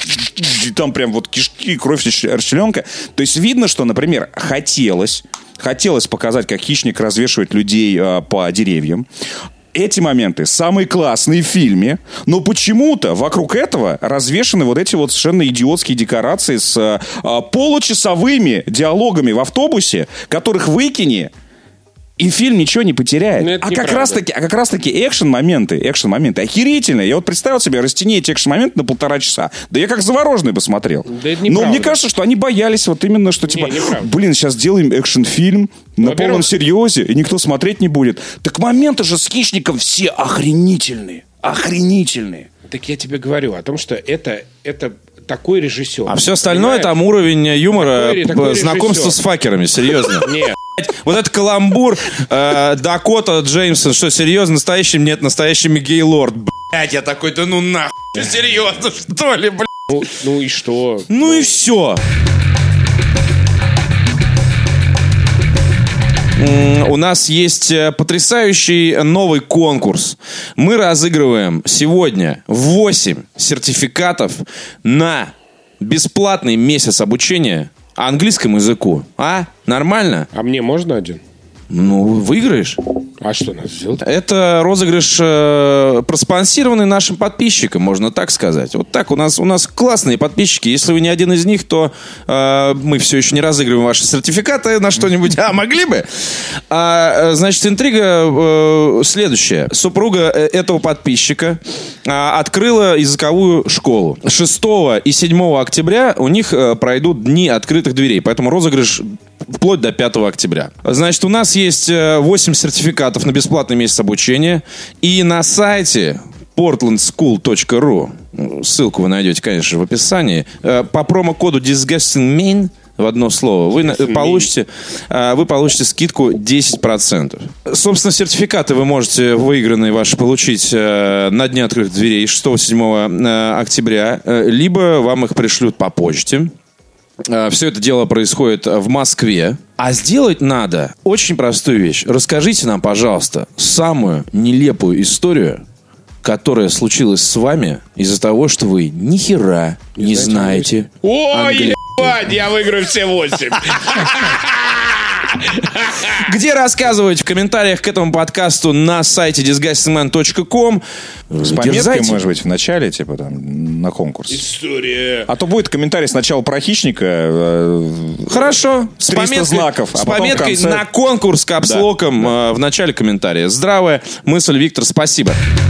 И там прям вот кишки, кровь, расчленка. То есть видно, что, например, хотелось, хотелось показать, как хищник развешивает людей а, по деревьям. Эти моменты самые классные в фильме, но почему-то вокруг этого развешаны вот эти вот совершенно идиотские декорации с а, получасовыми диалогами в автобусе, которых выкини, и фильм ничего не потеряет. Ну, это А как, неправда. раз таки, а как раз таки экшен-моменты, экшен-моменты охерительные. Я вот представил себе, растяни эти экшен-моменты на полтора часа. Да я как завороженный посмотрел. Да это Но неправда. мне кажется, что они боялись вот именно, что типа, неправда. блин, сейчас сделаем экшен-фильм на Во-первых- полном серьезе, и никто смотреть не будет. Так моменты же с «Хищником» все охренительные. Охренительные. Так я тебе говорю о том, что это, это такой режиссер. А все остальное Понимаешь? там уровень юмора, Такой- такой э, знакомство режиссер. с факерами, серьезно. Нет. Вот этот каламбур э, Дакота Джеймсон, что, серьезно, настоящим? Нет, настоящий Гейлорд. Блять, я такой, да ну нахуй, серьезно, что ли, блядь? Ну, ну и что? Ну и все. У нас есть э, потрясающий новый конкурс. Мы разыгрываем сегодня восемь сертификатов на бесплатный месяц обучения английскому языку. А? Нормально? А мне можно один? Ну, выиграешь. А что надо сделать? Это розыгрыш, э, проспонсированный нашим подписчикам, можно так сказать. Вот так у нас, у нас классные подписчики. Если вы не один из них, то э, мы все еще не разыгрываем ваши сертификаты на что-нибудь. А, могли бы? А, значит, интрига э, следующая. Супруга этого подписчика э, открыла языковую школу. шестого и седьмого октября у них э, пройдут дни открытых дверей. Поэтому розыгрыш вплоть до пятого октября. Значит, у нас есть восемь сертификатов на бесплатный месяц обучения. И на сайте портленд скул точка ру, ссылку вы найдете, конечно, в описании, по промокоду disgustingmain в одно слово, вы получите, вы получите скидку десять процентов. Собственно, сертификаты вы можете, выигранные ваши, получить на Дне открытых дверей шестого-седьмого октября, либо вам их пришлют по почте. Все это дело происходит в Москве. А сделать надо очень простую вещь. Расскажите нам, пожалуйста, самую нелепую историю, которая случилась с вами из-за того, что вы ни хера не, не знаете. Ой, ебать, я выиграю все восемь. Где рассказывать в комментариях к этому подкасту на сайте disgustingman точка ком. С пометкой, может быть, в начале, типа там, на конкурс. История. А то будет комментарий сначала про хищника. Хорошо. С пометкой, знаков, с а пометкой конце... на конкурс капслоком да, да. в начале комментария. Здравая мысль, Виктор, спасибо.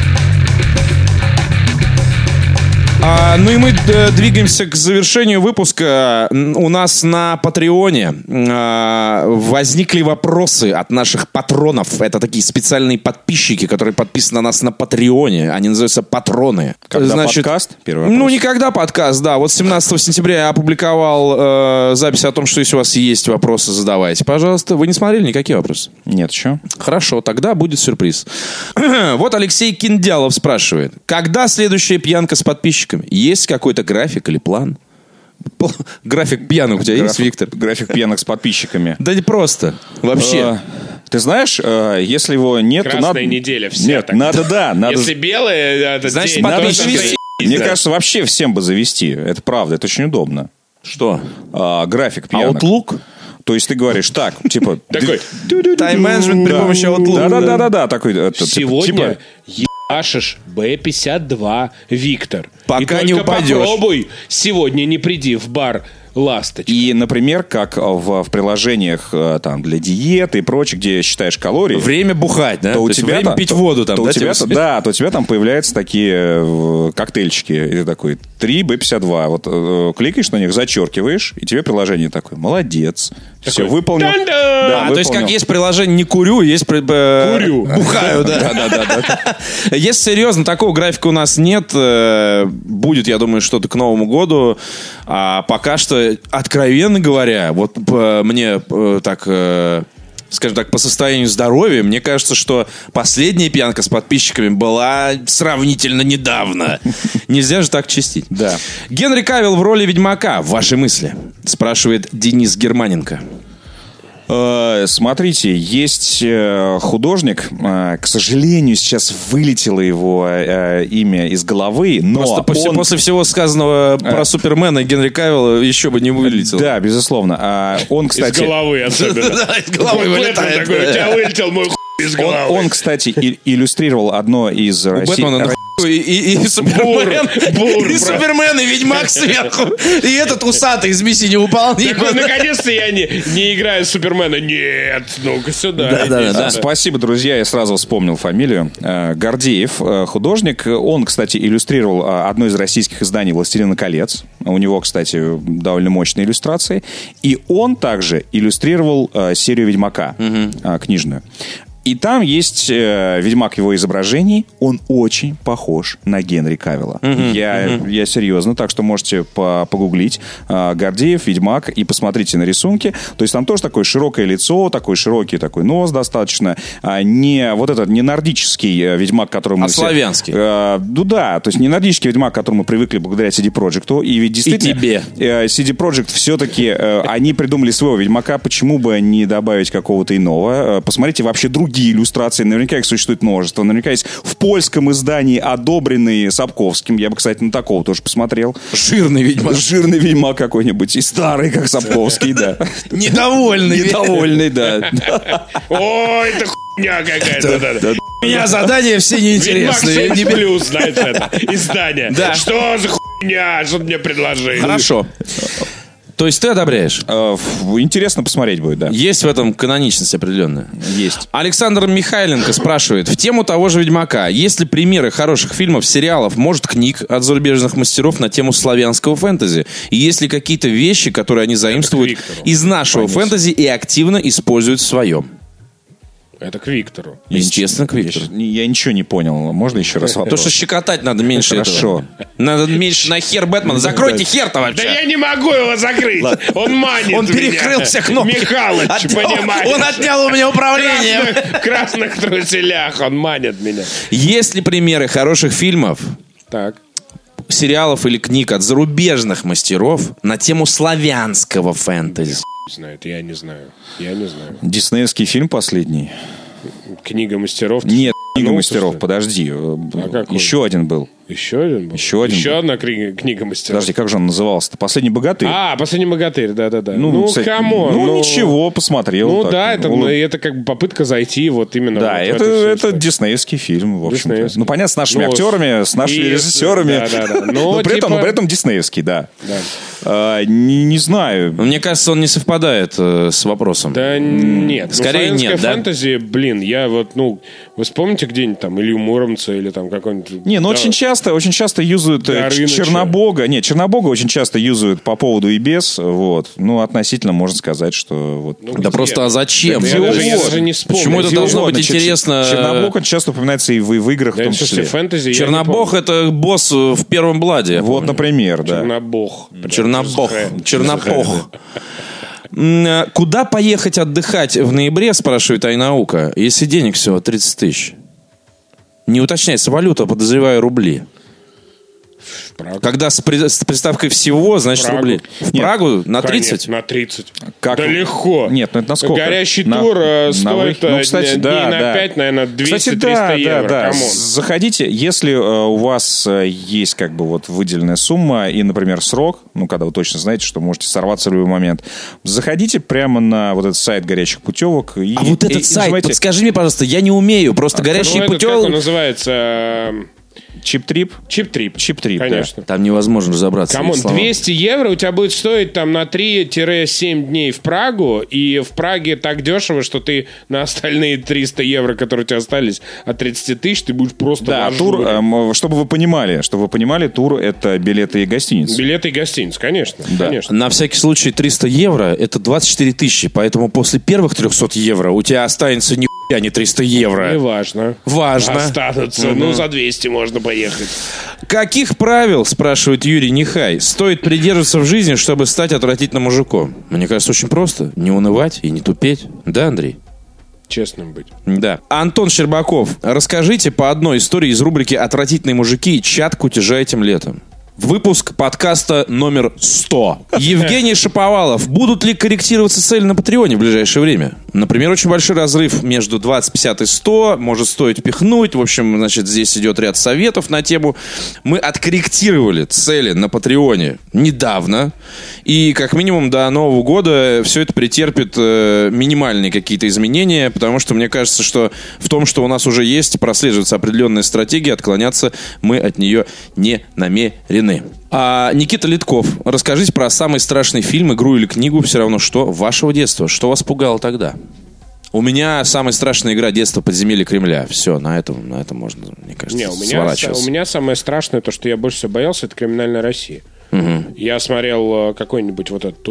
А, ну и мы д- двигаемся к завершению выпуска. У нас на Патреоне а, возникли вопросы от наших патронов. Это такие специальные подписчики, которые подписаны на нас на Патреоне. Они называются патроны. Когда Значит, подкаст? Первый вопрос. Ну, не когда подкаст, да. Вот семнадцатого сентября я опубликовал э, запись о том, что если у вас есть вопросы, задавайте, пожалуйста. Вы не смотрели никакие вопросы? Нет, еще. Хорошо, тогда будет сюрприз. Вот Алексей Киндялов спрашивает. Когда следующая пьянка с подписчиками? Есть какой-то график или план? График пьяных у тебя график, есть, Виктор? График пьяных с подписчиками. Да не просто. Вообще. Ты знаешь, если его нет... Красная надо... неделя, все. Нет, так. надо, да. Надо... Если белые, это значит, день. Надо завести. Мне да. кажется, вообще всем бы завести. Это правда, это очень удобно. Что? А, график пьяных. Outlook? То есть ты говоришь, так, типа... Такой... Тайм-менеджмент при помощи Outlook. Да-да-да. такой. Сегодня... Ашиш бэ пятьдесят два, Виктор. Пока и не упадешь. Попробуй сегодня не приди в бар «Ласточка». И, например, как в, в приложениях там, для диеты и прочее, где считаешь калории. Время бухать, да? То, то у тебя время там, пить то, воду там, то да? У тебя, да, то у тебя там появляются такие коктейльчики. И ты такой, три бэ пятьдесят два. Вот э, кликаешь на них, зачеркиваешь, и тебе приложение такое, молодец. Такой, все, выполнил. Да, а, выполнил. то есть как есть приложение «Не курю», есть... Э, Курю. Бухаю, да. Да-да-да. Если серьезно, такого графика у нас нет. Будет, я думаю, что-то к Новому году. А пока что, откровенно говоря, вот мне так... скажем так, по состоянию здоровья, мне кажется, что последняя пьянка с подписчиками была сравнительно недавно. Нельзя же так чистить. Да. Генри Кавилл в роли Ведьмака. Ваши мысли? Спрашивает Денис Германенко. Смотрите, есть художник, к сожалению, сейчас вылетело его имя из головы, но просто после, он... после всего сказанного про Супермена Генри Кавилла еще бы не вылетело. Да, безусловно. Он, кстати... Из головы особенно. Да, из головы вылетает. У тебя вылетел мой хуй из головы. Он, кстати, иллюстрировал одно из российских... И, и, и Супермен, бур, и, Супермен, и Ведьмак сверху. И этот усатый из миссии невыполнима. Так, наконец-то я не, не играю Супермена. Нет, ну-ка сюда. Да, да, да. Спасибо, друзья, я сразу вспомнил фамилию. Гордеев, художник. Он, кстати, иллюстрировал одно из российских изданий «Властелина колец». У него, кстати, довольно мощные иллюстрации. И он также иллюстрировал серию «Ведьмака», угу. книжную. И там есть э, Ведьмак его изображений. Он очень похож на Генри Кавилла. Uh-huh, я, uh-huh. я серьезно, так что можете по- погуглить э, Гордеев, Ведьмак, и посмотрите на рисунки. То есть там тоже такое широкое лицо, такой широкий такой нос достаточно. А не вот этот не нордический э, Ведьмак, который мы... А все, славянский. Э, ну да, то есть не нордический Ведьмак, к которому мы привыкли благодаря си ди Projekt. И ведь действительно... И тебе. Э, си ди Projekt все-таки, э, они придумали своего Ведьмака. Почему бы не добавить какого-то иного? Э, посмотрите вообще другие иллюстрации, наверняка их существует множество. Наверняка есть в польском издании, одобренные Сапковским. Я бы, кстати, на такого тоже посмотрел. Жирный Ведьмак. Жирный Ведьмак какой-нибудь. И старый, как Сапковский, да. Недовольный. Недовольный, да. Ой, ты хуй хуйня какая-то. У меня задания все неинтересные. Не плюс, знаешь, это издание. Да. Что за хуйня? Что мне предложили? Хорошо. То есть ты одобряешь? Э, Интересно посмотреть будет, да. Есть в этом каноничность определенная. Есть. Александр Михайленко спрашивает, в тему того же «Ведьмака», есть ли примеры хороших фильмов, сериалов, может, книг от зарубежных мастеров на тему славянского фэнтези? И есть ли какие-то вещи, которые они заимствуют из нашего фэнтези и активно используют в своем? Это к Виктору. Естественно, к Виктору. Я, я ничего не понял. Можно еще раз вопрос? То, что щекотать надо меньше Хорошо. этого. Надо меньше на хер Бэтмена. Закройте хер-то вообще. Да я не могу его закрыть. Он манит Он меня. перекрыл все кнопки. Михалыч, Отнял- понимаешь? Он отнял у меня управление. В красных, в красных труселях он манит меня. Есть ли примеры хороших фильмов, Так. сериалов или книг от зарубежных мастеров на тему славянского фэнтези? Знает, я не знаю. Я не знаю. Диснеевский фильм последний? Книга мастеров. Нет, книга Ну, мастеров, что? подожди. какой? Еще один был. Еще один был? Еще один Еще был. одна книга, книга мастеров. Подожди, как же он назывался-то? «Последний богатырь». А, «Последний богатырь», да-да-да. Ну, кстати, камон. ну, ничего, посмотрел. Ну так, да, это, улыб- это как бы попытка зайти вот именно Да, вот в это, эту всю это историю. диснеевский фильм, в общем-то. Диснеевский. Ну, понятно, с нашими Ну, актерами, с нашими и- режиссерами. да-да-да. Но, Ну, при этом, типа- но при этом диснеевский, да. Да. А, не, не знаю. Мне кажется, он не совпадает э, с вопросом. Да нет. Скорее ну, нет, да? фэнтези, блин, я вот, ну, вы вспомните где-нибудь там Илью Муромца или там какой-нибудь... Не, ну да, очень часто, очень часто юзают э, Горыныча. Чернобога. Нет, Чернобога очень часто юзают по поводу и без. Вот. Ну, относительно можно сказать, что вот. ну, Да где? просто а зачем? Да я Где даже- я угодно. даже не вспомню. Почему это Где должно угодно. быть Чер- интересно? Чернобог очень часто упоминается и в, и в играх Да, в том слушайте, числе. фэнтези я Чернобог не это босс э, в первом Бладе. я Вот, помню. например, да. Чернобог. Прям Чернобог. через Х. Чернобог. М, э, Куда поехать отдыхать в ноябре, спрашивает Айнаука, если денег всего тридцать тысяч? Не уточняется валюта, подозреваю рубли. В Прагу. Когда с, при- с приставкой всего, значит Прагу. рубли. В Нет, Прагу на Конечно, тридцать? на тридцать. Как? Да легко. Нет, ну это на сколько? Горящий На- тур э, на стоит вы- ну, э, кстати, дней да, на да. пять, наверное, Кстати, двести-триста да, евро. да, да. Камон. Заходите, если э, у вас э, есть как бы вот выделенная сумма и, например, срок, ну, когда вы точно знаете, что можете сорваться в любой момент, заходите прямо на вот этот сайт горячих путевок. И, А вот и- этот и сайт, нажимайте подскажи мне, пожалуйста, я не умею. Просто Ну, горящие этот, как путевки... он называется? Чип-трип. Чип-трип. Чип-трип, да. Конечно. Там невозможно разобраться. Камон, в словах. двести евро у тебя будет стоить там на три-семь дней в Прагу, и в Праге так дешево, что ты на остальные триста евро, которые у тебя остались от тридцати тысяч, ты будешь просто Да, в тур, ажуре. эм, чтобы вы понимали, чтобы вы понимали, тур — это билеты и гостиницы. Билеты и гостиница, конечно. конечно. На всякий случай триста евро это двадцать четыре тысячи, поэтому после первых трехсот евро у тебя останется нихуя не триста евро. Не важно. Важно. Останутся. Ну, за двести можно поехать. Каких правил, спрашивает Юрий Нехай, стоит придерживаться в жизни, чтобы стать отвратительным мужиком? Мне кажется, очень просто. Не унывать и не тупеть. Да, Андрей? Честным быть. Да. Антон Щербаков, расскажите по одной истории из рубрики «Отвратительные мужики» и чат кутежа этим летом. Выпуск подкаста номер сто. Евгений Шаповалов. Будут ли корректироваться цели на Патреоне в ближайшее время? Например, очень большой разрыв между двадцать, пятьдесят и сто. Может стоить пихнуть. В общем, значит, здесь идет ряд советов на тему. Мы откорректировали цели на Патреоне недавно. И как минимум до Нового года все это претерпит э, минимальные какие-то изменения. Потому что мне кажется, что в том, что у нас уже есть, прослеживается определенная стратегия. Отклоняться мы от нее не намерены. А, Никита Литков, расскажите про самый страшный фильм, игру или книгу, все равно что, вашего детства. Что вас пугало тогда? У меня самая страшная игра детства «Подземелье Кремля». Все, на этом, на этом можно, мне кажется, Не, у меня, сворачиваться. у меня самое страшное, то, что я больше всего боялся, это «Криминальная Россия». Угу. Я смотрел э, какой-нибудь вот этот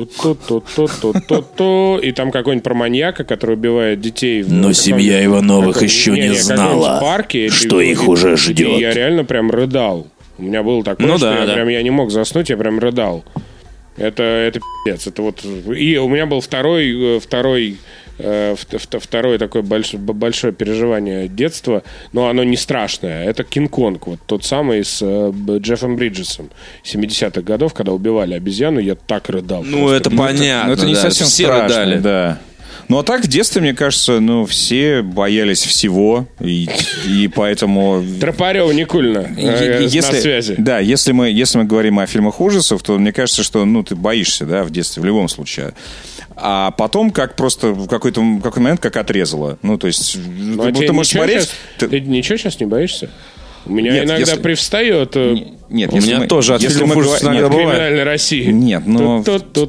тут-тут-тут-тут-тут-тут, и там какой-нибудь про маньяка, который убивает детей. В, Но семья Ивановых каком- еще не не, знала, парке, что и- их и- уже и ждет. Я реально прям рыдал. У меня было такое, Ну что да, я, да. прям, я не мог заснуть, я прям рыдал. Это, это пи***ц. Это вот... И у меня был второй, э, второй, э, в- в- второе такое большое, большое переживание детства, но оно не страшное. Это «Кинг-Конг», вот тот самый с э, Б- Джеффом Бриджесом семидесятых годов, когда убивали обезьяну, я так рыдал. Ну, просто. это понятно. Но это не да, совсем все страшно, рыдали. да. Ну, а так, в детстве, мне кажется, ну, все боялись всего, и, и поэтому... Тропарева Никульна э, Е- на связи. Да, если мы, если мы говорим о фильмах ужасов, то мне кажется, что, ну, ты боишься, да, в детстве, в любом случае. А потом как просто в какой-то, в какой-то момент как отрезало. Ну, то есть, ну, ты, ты можешь смотреть... Сейчас, ты... ты ничего сейчас не боишься? У меня Нет, иногда если... привстает... Нет, у меня мы, тоже от фильмов ужасов иногда бывает. Криминальной России. Нет, но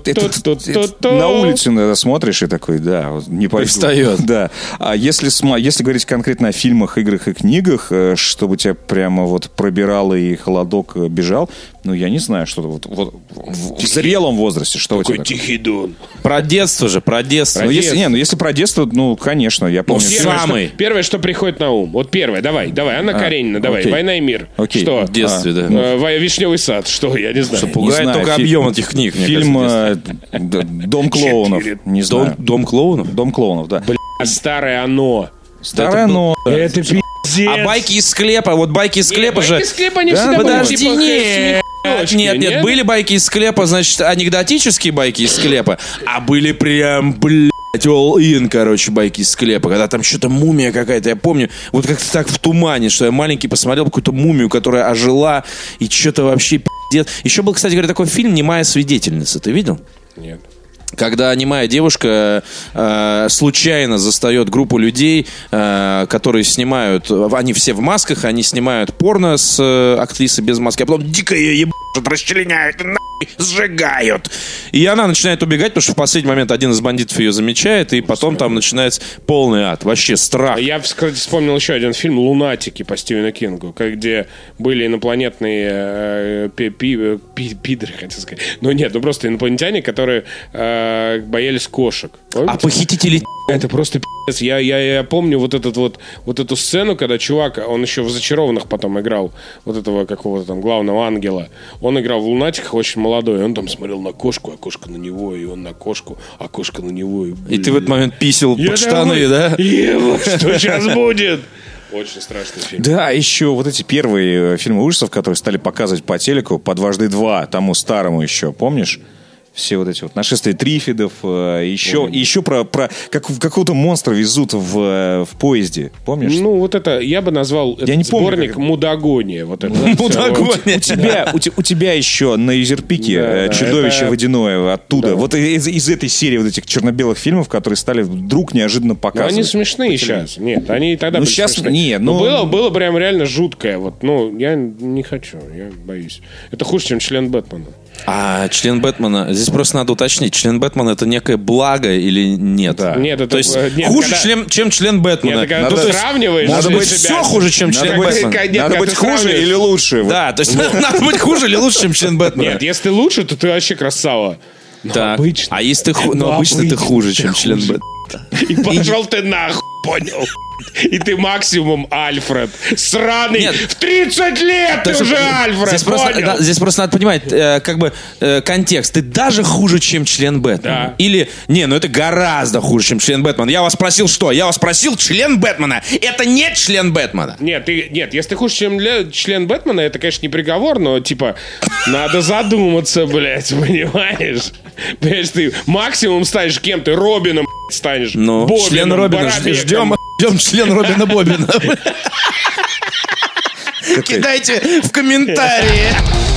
на улице иногда смотришь и такой, да, не пойду. Привстает. Да. А если, если говорить конкретно о фильмах, играх и книгах, чтобы тебя прямо вот пробирало и холодок бежал, ну, я не знаю, что-то вот, вот в зрелом возрасте, что такой у тебя. Тихий Дон. Про детство же, про детство. Ну, про если, не, ну, если про детство, ну, конечно, я помню. Ну, первое, самый. Что, первое, что приходит на ум. Вот первое, давай, давай, Анна а, Каренина, давай, окей. «Война и мир». Окей. Что? В детстве, а, да. Э, «Вишневый сад», что, я не знаю. Что пугает знаю, только фи- объем этих книг. Мне Фильм кажется, э, «Дом клоунов». Не Дом, знаю. Дом клоунов? «Дом клоунов», да. Бля, старое оно. Старое оно. Это пиздец. А байки из склепа, вот байки из склепа Нет, же... байки из склепа, они Да, всегда были, Подожди, типа, нет, смехуёчки, нет, нет, были байки из склепа, значит, анекдотические байки из склепа, а были прям, блядь, all-in, короче, байки из склепа, когда там что-то мумия какая-то, я помню, вот как-то так в тумане, что я маленький посмотрел какую-то мумию, которая ожила, и что-то вообще пиздец. Еще был, кстати говоря, такой фильм «Немая свидетельница», ты видел? Нет. Когда немая девушка э, случайно застает группу людей, э, которые снимают, они все в масках, они снимают порно с э, актрисой без маски, а потом дико ее ебашут, расчленяют, нахуй сжигают. И она начинает убегать, потому что в последний момент один из бандитов ее замечает, и потом там начинается полный ад. Вообще страх. Я, кстати, вспомнил еще один фильм «Лунатики» по Стивену Кингу, где были инопланетные э, пи, пи, пи, пидоры, хотел сказать. Ну нет, ну просто инопланетяне, которые э, боялись кошек. Помните? А похитители... Это просто пи***ц. Я, я, я помню вот, этот вот, вот эту сцену, когда чувак, он еще в «Зачарованных» потом играл, вот этого какого-то там главного ангела. Он играл в «Лунатиках», очень молодой. Он там смотрел на кошку, а кошка на него, и он на кошку, а кошка на него. И, и ты в этот момент писал под штаны, да? Ева, что сейчас будет? Очень страшный фильм. Да, еще вот эти первые фильмы ужасов, которые стали показывать по телеку, по «Дважды два», тому старому еще, помнишь? Все вот эти вот нашествия трифидов, еще, и еще про, про как, какого-то монстра везут в, в поезде, помнишь? Ну, вот это, я бы назвал я этот не помню, сборник как... «Мудагония». Вот это. Мудагония. У тебя, у, у тебя еще на юзерпике да, «Чудовище это... водяное» оттуда. Да. Вот из, из этой серии вот этих черно-белых фильмов, которые стали вдруг неожиданно показывать. Но они смешные сейчас. Нет, они и тогда ну, были сейчас смешные. Нет, но... но... было, было прям реально жуткое. Вот, ну, я не хочу, я боюсь. Это хуже, чем «Член Бэтмена». А член Бэтмена, здесь просто надо уточнить, член Бэтмена это некое благо или нет? Да. Нет, это... То есть нет, хуже, когда... член, чем член Бэтмена. Нет, когда надо, ты сравниваешь... Может быть, себя... все хуже, чем надо член быть, Бэтмена. Нет, надо быть хуже сравниваешь... или лучше? Да, то есть надо быть хуже или лучше, чем член Бэтмена. Нет, если ты лучше, то ты вообще красава. Так. Обычно. А если ты хуже, ну, обычно ты хуже, чем член Бэтмена. И пошел ты нахуй, понял? И ты максимум Альфред. Сраный. Нет. В тридцать лет ты уже Альфред, здесь просто, понял? да, здесь просто надо понимать, э, как бы, э, контекст. Ты даже хуже, чем член Бэтмена. Да. Или, не, ну это гораздо хуже, чем член Бэтмена. Я вас спросил, что? Я вас спросил, член Бэтмена. Это не член Бэтмена. Нет, ты, нет, если ты хуже, чем для- член Бэтмена, это, конечно, не приговор, но, типа, надо задуматься, блядь, понимаешь? Понимаешь, ты максимум станешь кем? Ты Робином станешь. Ну, Бобином, член Робина. Барабеком. Ждем, ждем член Робина Бобина. Кидайте в комментарии.